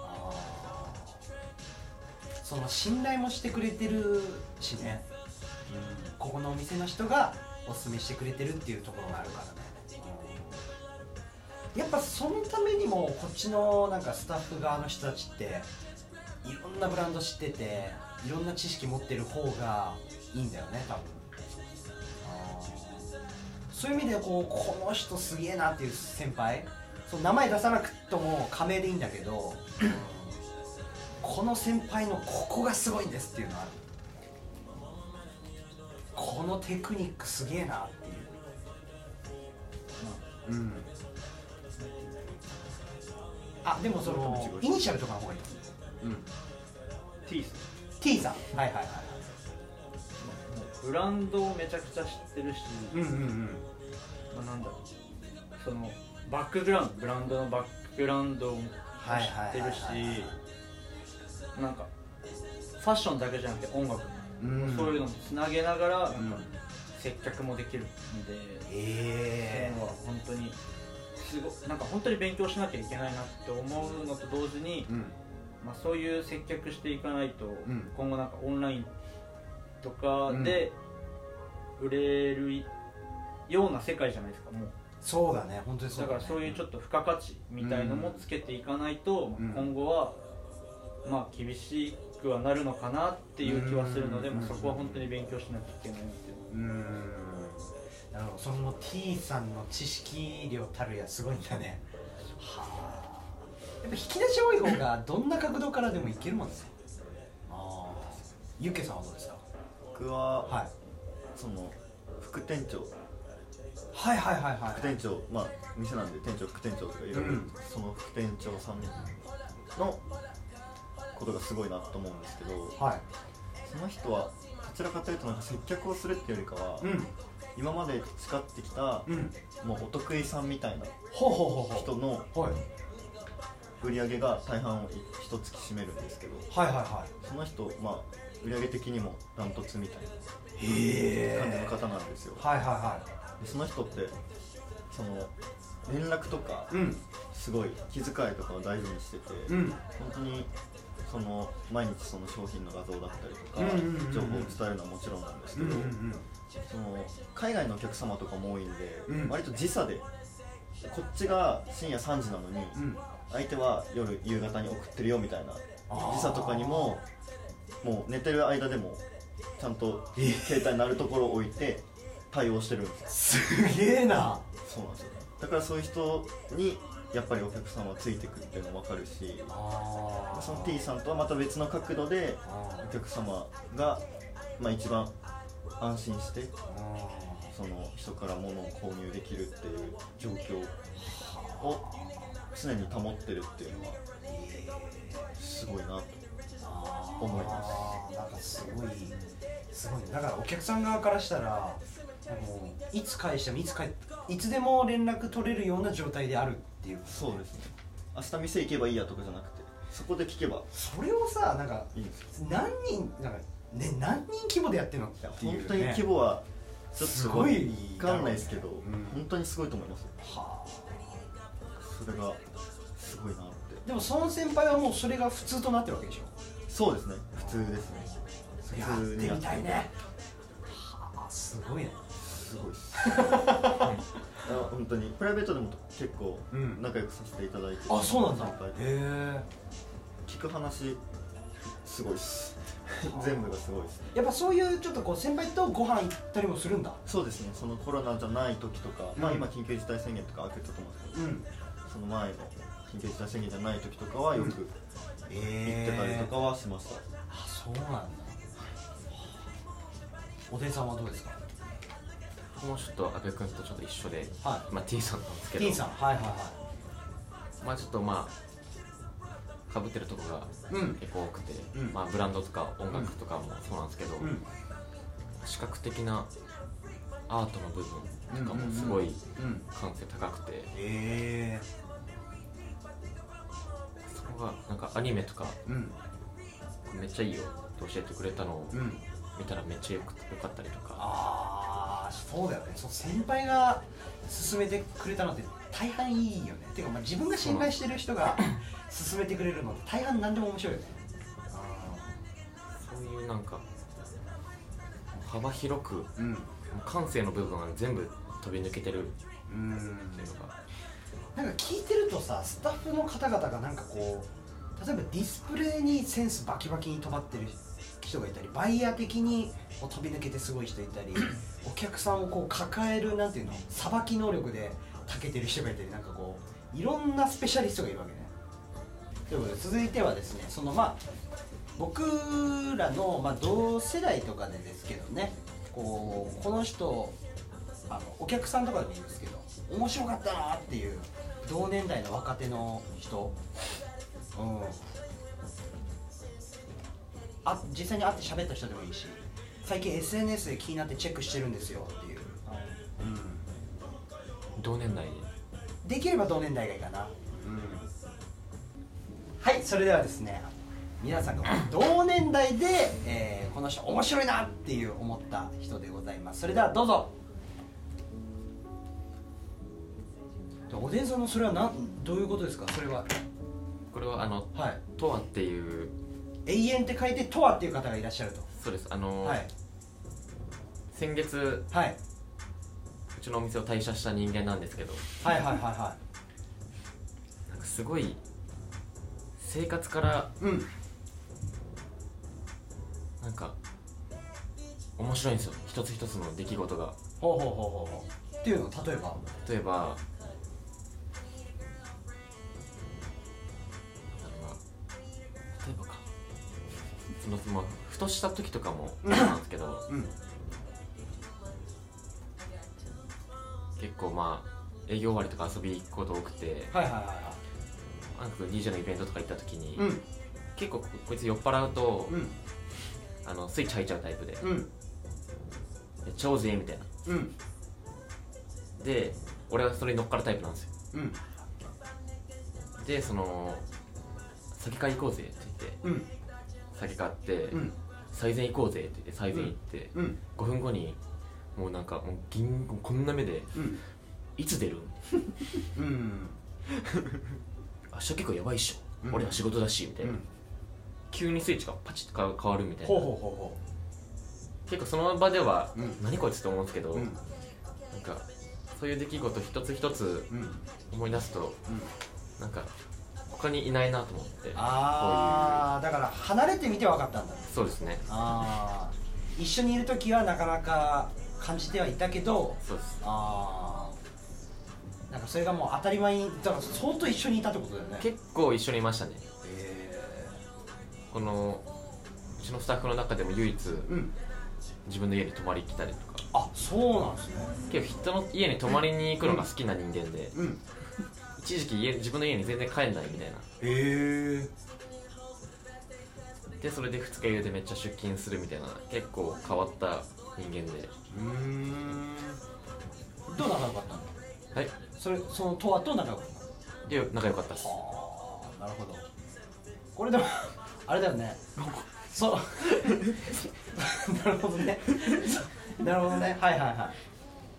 その信頼もしてくれてるしね、ここのお店の人がおすすめしてくれてるっていうところがあるからね。やっぱそのためにもこっちのなんかスタッフ側の人たちっていろんなブランド知ってていろんな知識持ってる方がいいんだよね、多分。そういう意味でこの人すげえなっていう先輩、その名前出さなくとも仮名でいいんだけどこの先輩のここがすごいんですっていうのはある。このテクニックすげえなっていう。でもそのイニシャルとかの方がいい。T さん。はいはいはい。 ブランドをめちゃくちゃ知ってるし、なんだろう、そのバックグラウンド、ブランドのバックグラウンドも知ってるし、なんかファッションだけじゃなくて音楽も、そういうのもつなげながらなんか接客もできるので、そういうのは本当になんか本当に勉強しなきゃいけないなって思うのと同時に、まあ、そういう接客していかないと、今後なんかオンラインとかで売れるような世界じゃないですか、もう。 そうだね、本当にそうだね。 だからそういうちょっと付加価値みたいのもつけていかないと、今後はまあ厳しくはなるのかなっていう気はするので、そこは本当に勉強しなきゃいけないなっていう。 なるほど。その T さんの知識量たるやすごいんだね。やっぱ引き出し多い方がどんな角度からでもいけるもんね。ゆっけさんはどうですか？ 僕は、その副店長、 はいはいはいはい、 副店長、まあ店なんで店長副店長とかいろいろ、その副店長さんのことがすごいなと思うんですけど、その人はどちらかというとなんか接客をするっていうよりかは、今まで培ってきた、もうお得意さんみたいな人の売り上げが大半を一月占めるんですけど、その人、まあ売り上げ的にもダントツみたいな感じの方なんですよ。でその人ってその連絡とか、すごい気遣いとかを大事にしてて、本当にその毎日その商品の画像だったりとか、情報を伝えるのはもちろんなんですけど、その海外のお客様とかも多いんで、割と時差でこっちが深夜3時なのに、相手は夕方に送ってるよみたいな時差とかにも、もう寝てる間でもちゃんと携帯鳴るところを置いて対応してるんですよ。すげえな。 そうなんですよね。だからそういう人にやっぱりお客さんはついてくっていうのも分かるし、その T さんとはまた別の角度でお客様が、まあ、一番安心してその人から物を購入できるっていう状況を常に保ってるっていうのはすごいなと思います。 なんかすごいだからお客さん側からしたらもういつ返してもいつでも連絡取れるような状態であるっていう。 そうですね。明日店行けばいいやとかじゃなくて、そこで聞けばそれをさ、なんかいいんですよ。 何人規模でやってるのっていう、ね、 本当に規模はちょっとすごい分かんないですけど、本当にすごいと思います。それがすごいなって。 でもその先輩はもうそれが普通となってるわけでしょ。 そうですね、普通ですね。 普通にやってみたいね。すごいね。 すごいです本当にプライベートでも結構仲良くさせていただいて、 そうなんだ。 へえ。聞く話すごいです全部がすごいです、ね、 やっぱそういうちょっとこう先輩とご飯行ったりもするんだ。 そうですね。そのコロナじゃない時とか、まあ今緊急事態宣言とか明けたと思うんですけど、その前の緊急事態宣言じゃない時とかはよく行ってたりとかはしました。 そうなんだ。おでんさんはどうですか？ 僕もちょっと阿部君とちょっと一緒で、 はい、 まあ T さんなんですけど、 T さん、はいはいはい、 まあちょっとまあ被ってるところが結構多くて、まあブランドとか音楽とかもそうなんですけど、視覚的なアートの部分とかもすごい感性高くて、そこがなんかアニメとかめっちゃいいよって教えてくれたのを見たらめっちゃよかったりとか。 ああ、そうだよね。その先輩が勧めてくれたのって大半いいよね。てかまあ自分が信頼してる人が勧めてくれるのって大半何でも面白いよね。 そういうなんか幅広く、感性の部分が全部飛び抜けてるっていうのが、 なんか聞いてるとさ、スタッフの方々がなんかこう、例えばディスプレイにセンスバキバキに止まってる人がいたり、バイヤー的に飛び抜けてすごい人いたり、お客さんをこう抱えるなんていうの、さばき能力で長けてる人がいたり、なんかこういろんなスペシャリストがいるわけね。ということで続いてはですね、そのまあ僕らのまあ同世代とかでですけどね、この人お客さんとかでもいいんですけど面白かったなっていう同年代の若手の人、実際に会って喋った人でもいいし、最近 SNS で気になってチェックしてるんですよっていう、 同年代できれば同年代がいいかな。はい、それではですね、皆さんが同年代で、この人面白いなっていう思った人でございます。それではどうぞ。おでんさんのそれはどういうことですか？それはこれははい、 とわっていう永遠って書いてとわっていう方がいらっしゃると。 そうです。 はい、 先月、 はい、 うちのお店を退社した人間なんですけど、 はいはいはいはい、 なんかすごい生活から、なんか面白いんですよ、一つ一つの出来事が。 ほうほうほうほう。っていうのは例えば例えばかふとした時とかもなんですけど、結構まあ営業終わりとか遊び行くこと多くて、DJ のイベントとか行った時に、結構こいつ酔っ払うと、スイッチ入っちゃうタイプで、超ぜみたいな、で俺はそれに乗っかるタイプなんですよ、で酒買い行こうぜって言って、酒買って、最善行こうぜって言って最善行って、5分後にもうなんかもうこんな目で、いつ出る明日結構やばいっしょ、俺は仕事だしみたいな、急にスイッチがパチッと変わるみたいな。結構その場では、何こいつって思うんですけど、なんかそういう出来事一つ一つ思い出すと、なんか他にいないなと思って。 だから離れてみて分かったんだ。 そうですね。 一緒にいる時はなかなか感じてはいたけど、 そうです。 なんかそれがもう当たり前に、だから相当一緒にいたってことだよね。 結構一緒にいましたね。このうちのスタッフの中でも唯一、自分の家に泊まり来たりとか。 あ、そうなんですね。 結構人の家に泊まりに行くのが好きな人間で、一時期自分の家に全然帰んないみたいな。でそれで2日酔いでめっちゃ出勤するみたいな、結構変わった人間で。 どう仲良かったの？ はい、 そのトワと仲良かったの？ で仲良かったです。 なるほど。これでもあれだよね。そうなるほどね。なるほどね。はいはいはい。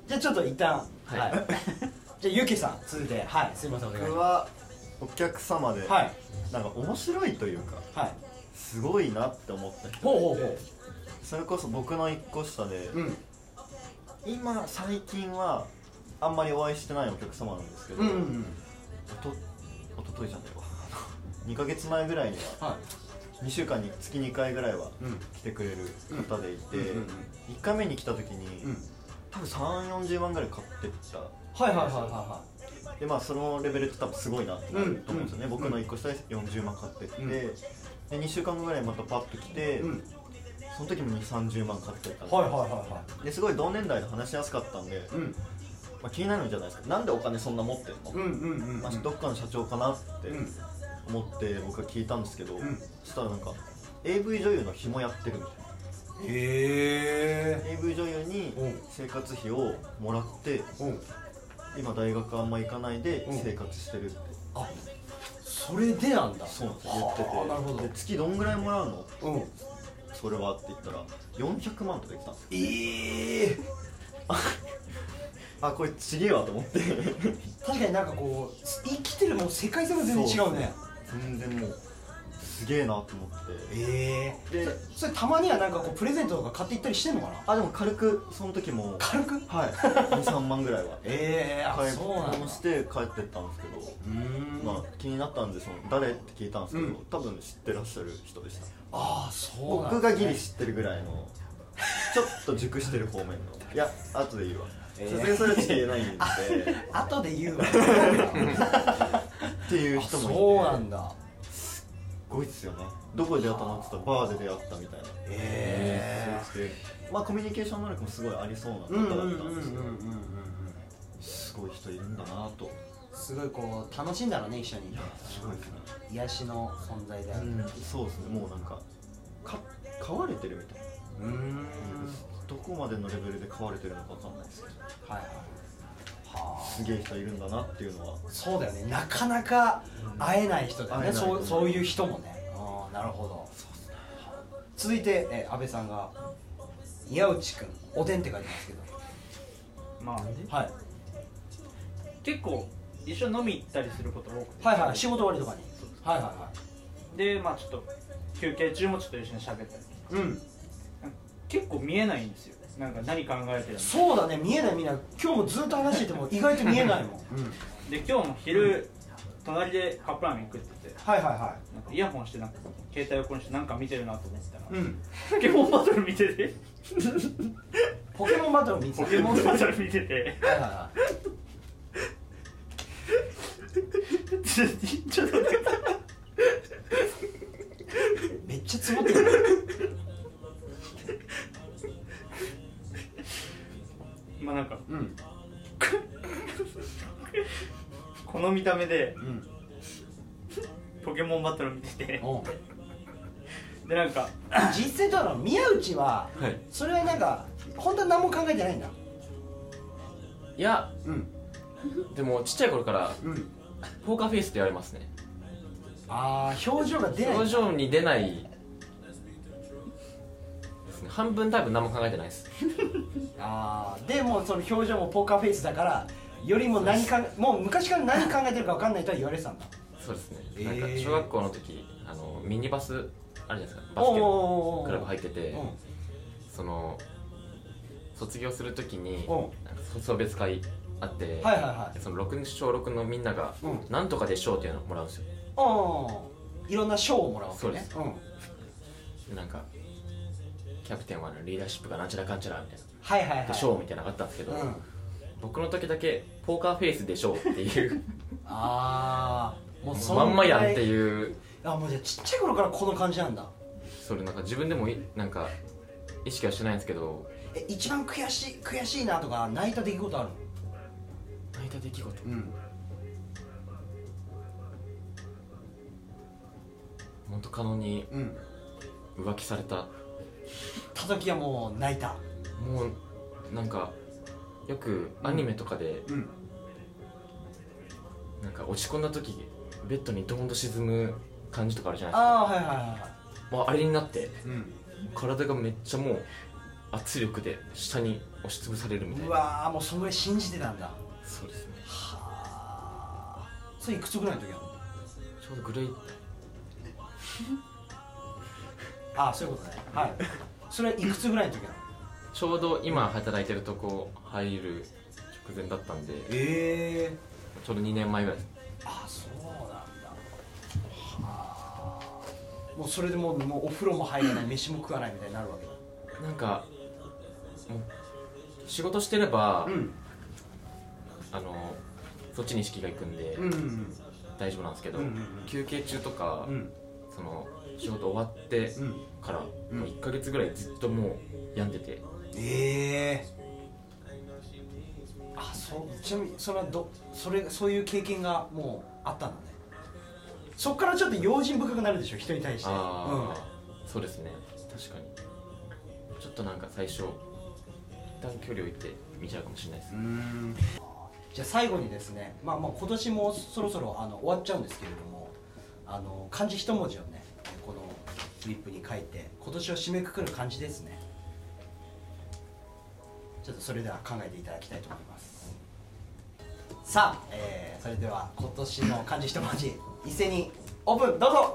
じゃあちょっと一旦、じゃあゆきさん続いて、すいませんお願いします。 僕はお客様で、なんか面白いというか、すごいなって思った人がいて、それこそ僕の1個下で、今最近はあんまりお会いしてないお客様なんですけど、おとといじゃないわ2ヶ月前ぐらいには、2週間に月2回ぐらいは来てくれる方でいて、1回目に来た時に、多分3、40万ぐらい買ってったで、まあそのレベルって多分すごいなってなると思うんですよね。僕の1個下で40万買ってって、で2週間後ぐらいまたパッと来て、 その時も30万買ってたんで、 はいはいはいはい、 ですごい同年代で話しやすかったんで、まあ、気になるんじゃないですか、なんでお金そんな持ってんの、どっかの社長かなって思って僕は聞いたんですけど、そしたらなんか AV 女優の紐やってるみたいな。AV 女優に生活費をもらって今大学あんま行かないで生活してるって。 あ、それでなんだ。 そうなんです、言ってて。なるほど。で月どんぐらいもらうの、それはって言ったら400万とか言ってたんですよ。あ、これちげえわと思って確かになんかこう生きてるもう世界線が全然違うね。 全然もうすげえなと思って。 でそれたまにはなんかこうプレゼントとか買っていったりしてんのかな。 あ、でも軽くその時も軽く、 はい23万ぐらいは買い物して帰ってったんですけど、まあ気になったんでその誰って聞いたんですけど、多分知ってらっしゃる人でした。 ああ、そうなん僕がギリ知ってるぐらいのちょっと熟してる方面の。いや、後で言うわ。さすがにそれはちょっと言えないんで後で言うわっていう人もいて。 そうなんだ。 すごいっすよね。どこで出会ったのって言ったらバーで出会ったみたいな。まあコミュニケーション能力もすごいありそうな方だったんですけど、すごい人いるんだなと。 すごいこう楽しいんだろうね、一緒に。 すごいですね。 癒しの存在である。 そうですね。もうなんか飼われてるみたいな。どこまでのレベルで飼われてるのかわかんないですけど、すげえ人いるんだなっていうのは。 そうだよね、なかなか会えない人だよね、そういう人もね。ああ、なるほど。続いて阿部さんが宮内くんおでんって書いてますけど、 まあはい、 結構一緒に飲み行ったりすること多くて、 はいはい、仕事終わりとかに、はいはいはい、でまあちょっと休憩中もちょっと一緒に喋ったり、結構見えないんですよ、なんか何考えてるの。 そうだね、見えない。みんな今日もずっと話してても意外と見えないもん。 で今日も昼、隣でカップラーメン食ってて、 はいはいはい、 なんかイヤホンしてなんか携帯横にしてなんか見てるなと思ったら、ポケモンバトル見ててポケモンバトル見てて、 ポケモンバトル見てて、はいはいはい、ちょっと待って、 めっちゃ積もってるまあなんか、この見た目で、ポケモンバトル見ててでなんか実際どうなの、宮内は、それはなんか本当は何も考えてないんだ。 いや、でもちっちゃい頃から、ポーカーフェイスって言われますね。 ああ、表情が出ない。 表情に出ないですね。半分多分何も考えてないです。 ああ、でもその表情もポーカーフェイスだからよりももう昔から何考えてるか分かんないとは言われてたんだ。 そうですね、なんか小学校の時ミニバスあるじゃないですか、バスケのクラブ入ってて、その卒業する時になんか送別会あって、その6小6のみんなが「なんとかでしょう」っていうのをもらうんですよ。 いろんな賞をもらうわけね。 そうです。なんかキャプテンはリーダーシップがなんちゃらかんちゃらみたいなでしょうみたいなのがあったんですけど、僕の時だけポーカーフェイスでしょうっていうああ、もうまんまやんっていう。 あ、もうじゃあちっちゃい頃からこの感じなんだ。 それなんか自分でもなんか意識はしてないんですけど。 一番悔しいなとか泣いた出来事あるの？ 泣いた出来事、本当カノに浮気された時はもう泣いた。 もうなんかよくアニメとかで、なんか落ち込んだ時ベッドにドーンと沈む感じとかあるじゃないですか。 ああ、はいはいはい。 もうあれになって、体がめっちゃもう圧力で下に押しつぶされるみたいな。 うわー、もうそのぐらい信じてたんだ。 そうですね。 はあ。それいくつぐらいの時なの？ ちょうどグレイああ、そういうことね。はい。それはいくつぐらいの時なの？ ちょうど今働いてるとこ入る直前だったんで、ちょうど2年前ぐらいです。 ああ、そうなんだ。はあ。もうそれでもうお風呂も入らない、飯も食わないみたいになるわけだ。 なんかもう仕事してれば、そっちに意識がいくんで、大丈夫なんですけど、休憩中とか、 その仕事終わってからもう1ヶ月ぐらいずっともう病んでて。 ちなみにそれはそういう経験がもうあったんだね。そっからちょっと用心深くなるでしょ、人に対して。 そうですね、確かにちょっとなんか最初一旦距離を置いて見ちゃうかもしれないです。 じゃあ最後にですね、まあ今年もそろそろ終わっちゃうんですけれども、漢字一文字をねこのフリップに書いて今年を締めくくる漢字ですね。ちょっとそれでは考えていただきたいと思います。さあ、それでは今年の漢字一文字一斉にオープン、どうぞ。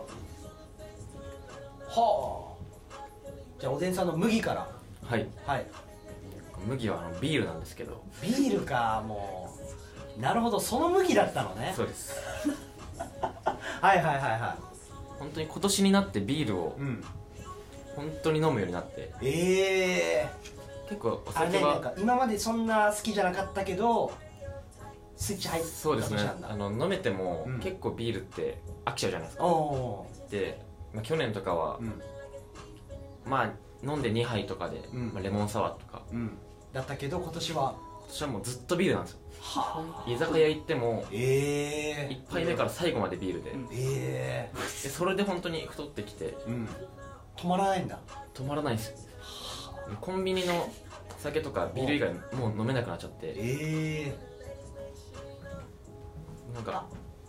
じゃあおでんさんの麦から。 はい、麦はビールなんですけど。 ビールか、もうなるほど、その麦だったのね。 そうです。 はい本当に今年になってビールを本当に飲むようになって、結構お酒はなんか今までそんな好きじゃなかったけどスイッチ入ったそうですね。飲めても結構ビールって飽きちゃうじゃないですか。で、去年とかはまあ飲んで2杯とかでレモンサワーとかだったけど、今年はもうずっとビールなんですよ。居酒屋行っても1杯目から最後までビールで、それで本当に太ってきて止まらないんだ。 止まらないんですよ。コンビニの酒とかビール以外もう飲めなくなっちゃって、なんか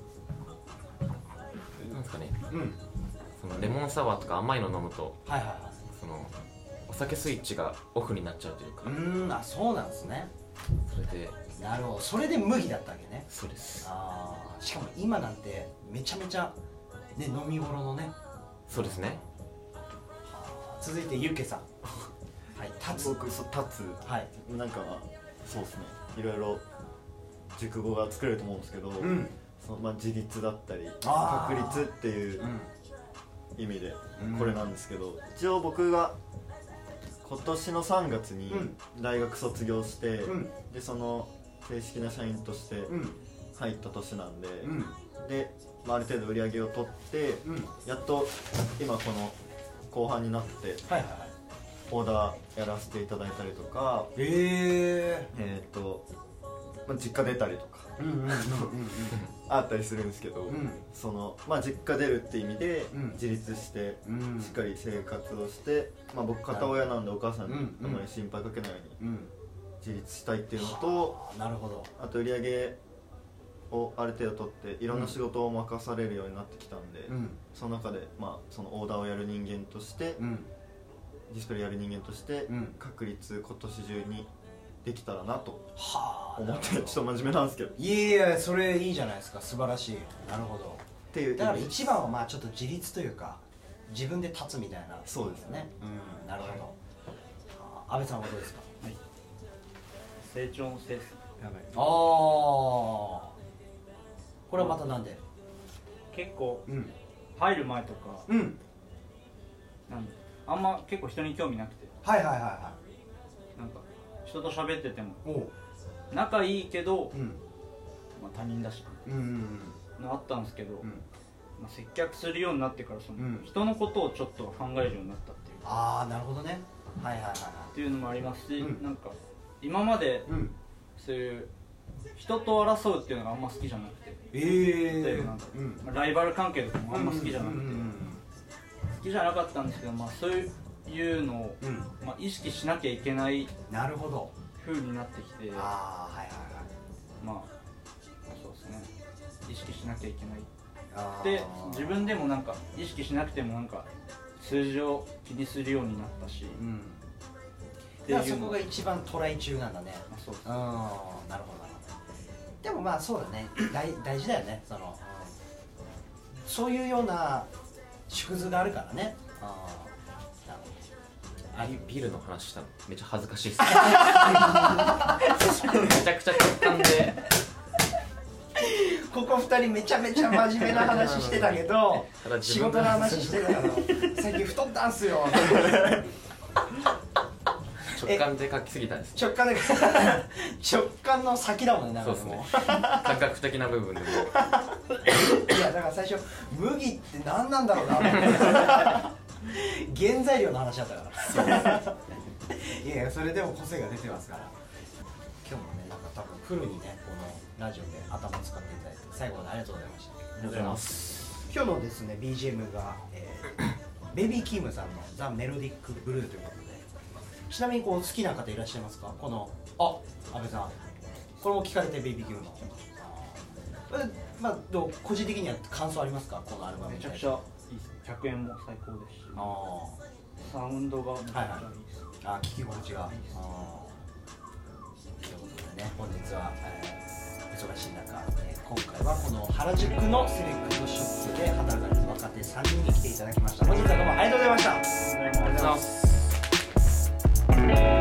なんですかね、そのレモンサワーとか甘いの飲むとそのお酒スイッチがオフになっちゃうというか。 そうなんですね。 それで、 なるほど、それで麦だったわけね。 そうです。 しかも今なんてめちゃめちゃね、飲み頃のね。 そうですね。 続いてゆうけさん。 僕、立つ、なんかそうですね、いろいろ熟語が作れると思うんですけど、自立だったり確立っていう意味でこれなんですけど、一応僕が今年の3月に大学卒業して、でその正式な社員として入った年なんで、で、ある程度売り上げを取って、やっと今この後半になってオーダーやらせていただいたりとか、実家出たりとかあったりするんですけど、その実家出るって意味で自立してしっかり生活をして、僕片親なんでお母さんにあまり心配かけないように自立したいっていうのと、あと売り上げをある程度取っていろんな仕事を任されるようになってきたんで、その中でそのオーダーをやる人間としてディスプレイやる人間として確立今年中にできたらなと思って、ちょっと真面目なんですけど。 いやそれいいじゃないですか、素晴らしい。なるほど。っていう、だから一番はちょっと自立というか自分で立つみたいな。 そうですね。 なるほど。安部さんはどうですか。 成長のせいです。 これはまたなんで。 結構入る前とかなんであんま結構人に興味なくて、なんか人と喋ってても仲いいけど、他人だしのあったんですけど、接客するようになってからその、人のことをちょっと考えるようになったっていう。 なるほどね。 っていうのもありますし、なんか今までそういう人と争うっていうのがあんま好きじゃなくて、ライバル関係とかもあんま好きじゃなくて、好きじゃなかったんですけど、そういうのを、意識しなきゃいけない風になってきて、そうですね、意識しなきゃいけないで、自分でもなんか意識しなくてもなんか数字を気にするようになったし、 そこが一番トライ中なんだね。 そうです。 なるほど。でもそうだね、大事だよね、そういうような縮図があるからね。 ビールの話したのめっちゃ恥ずかしいですめちゃくちゃ直感でここ2人めちゃめちゃ真面目な話してたけど仕事の話してたから最近太ったんすよ直感で書きすぎたんです。 直感の先だもんね。 そうですね。感覚的な部分でもいやだから最初麦って何なんだろうなって原材料の話だったからいやそれでも個性が出てますから。今日もねなんか多分フルにねこのラジオで頭使っていただいて最後までありがとうございました。 ありがとうございます。 今日のですね BGM が、ベイビーキームさんのザ・メロディック・ブルーということで、ちなみにこう好きな方いらっしゃいますか？この阿部さんこれも聞かれてベイビーキームのまあどう個人的には感想ありますか？このアルバムめちゃくちゃいいです。100円も最高ですし、サウンドがめちゃくちゃいいです。 聴き心地がいいです。ということでね本日は、忙しい中、今回はこの原宿のセレクトショップで働かれる若手3人に来ていただきました。本日はどうもありがとうございました。 ありがとうございます。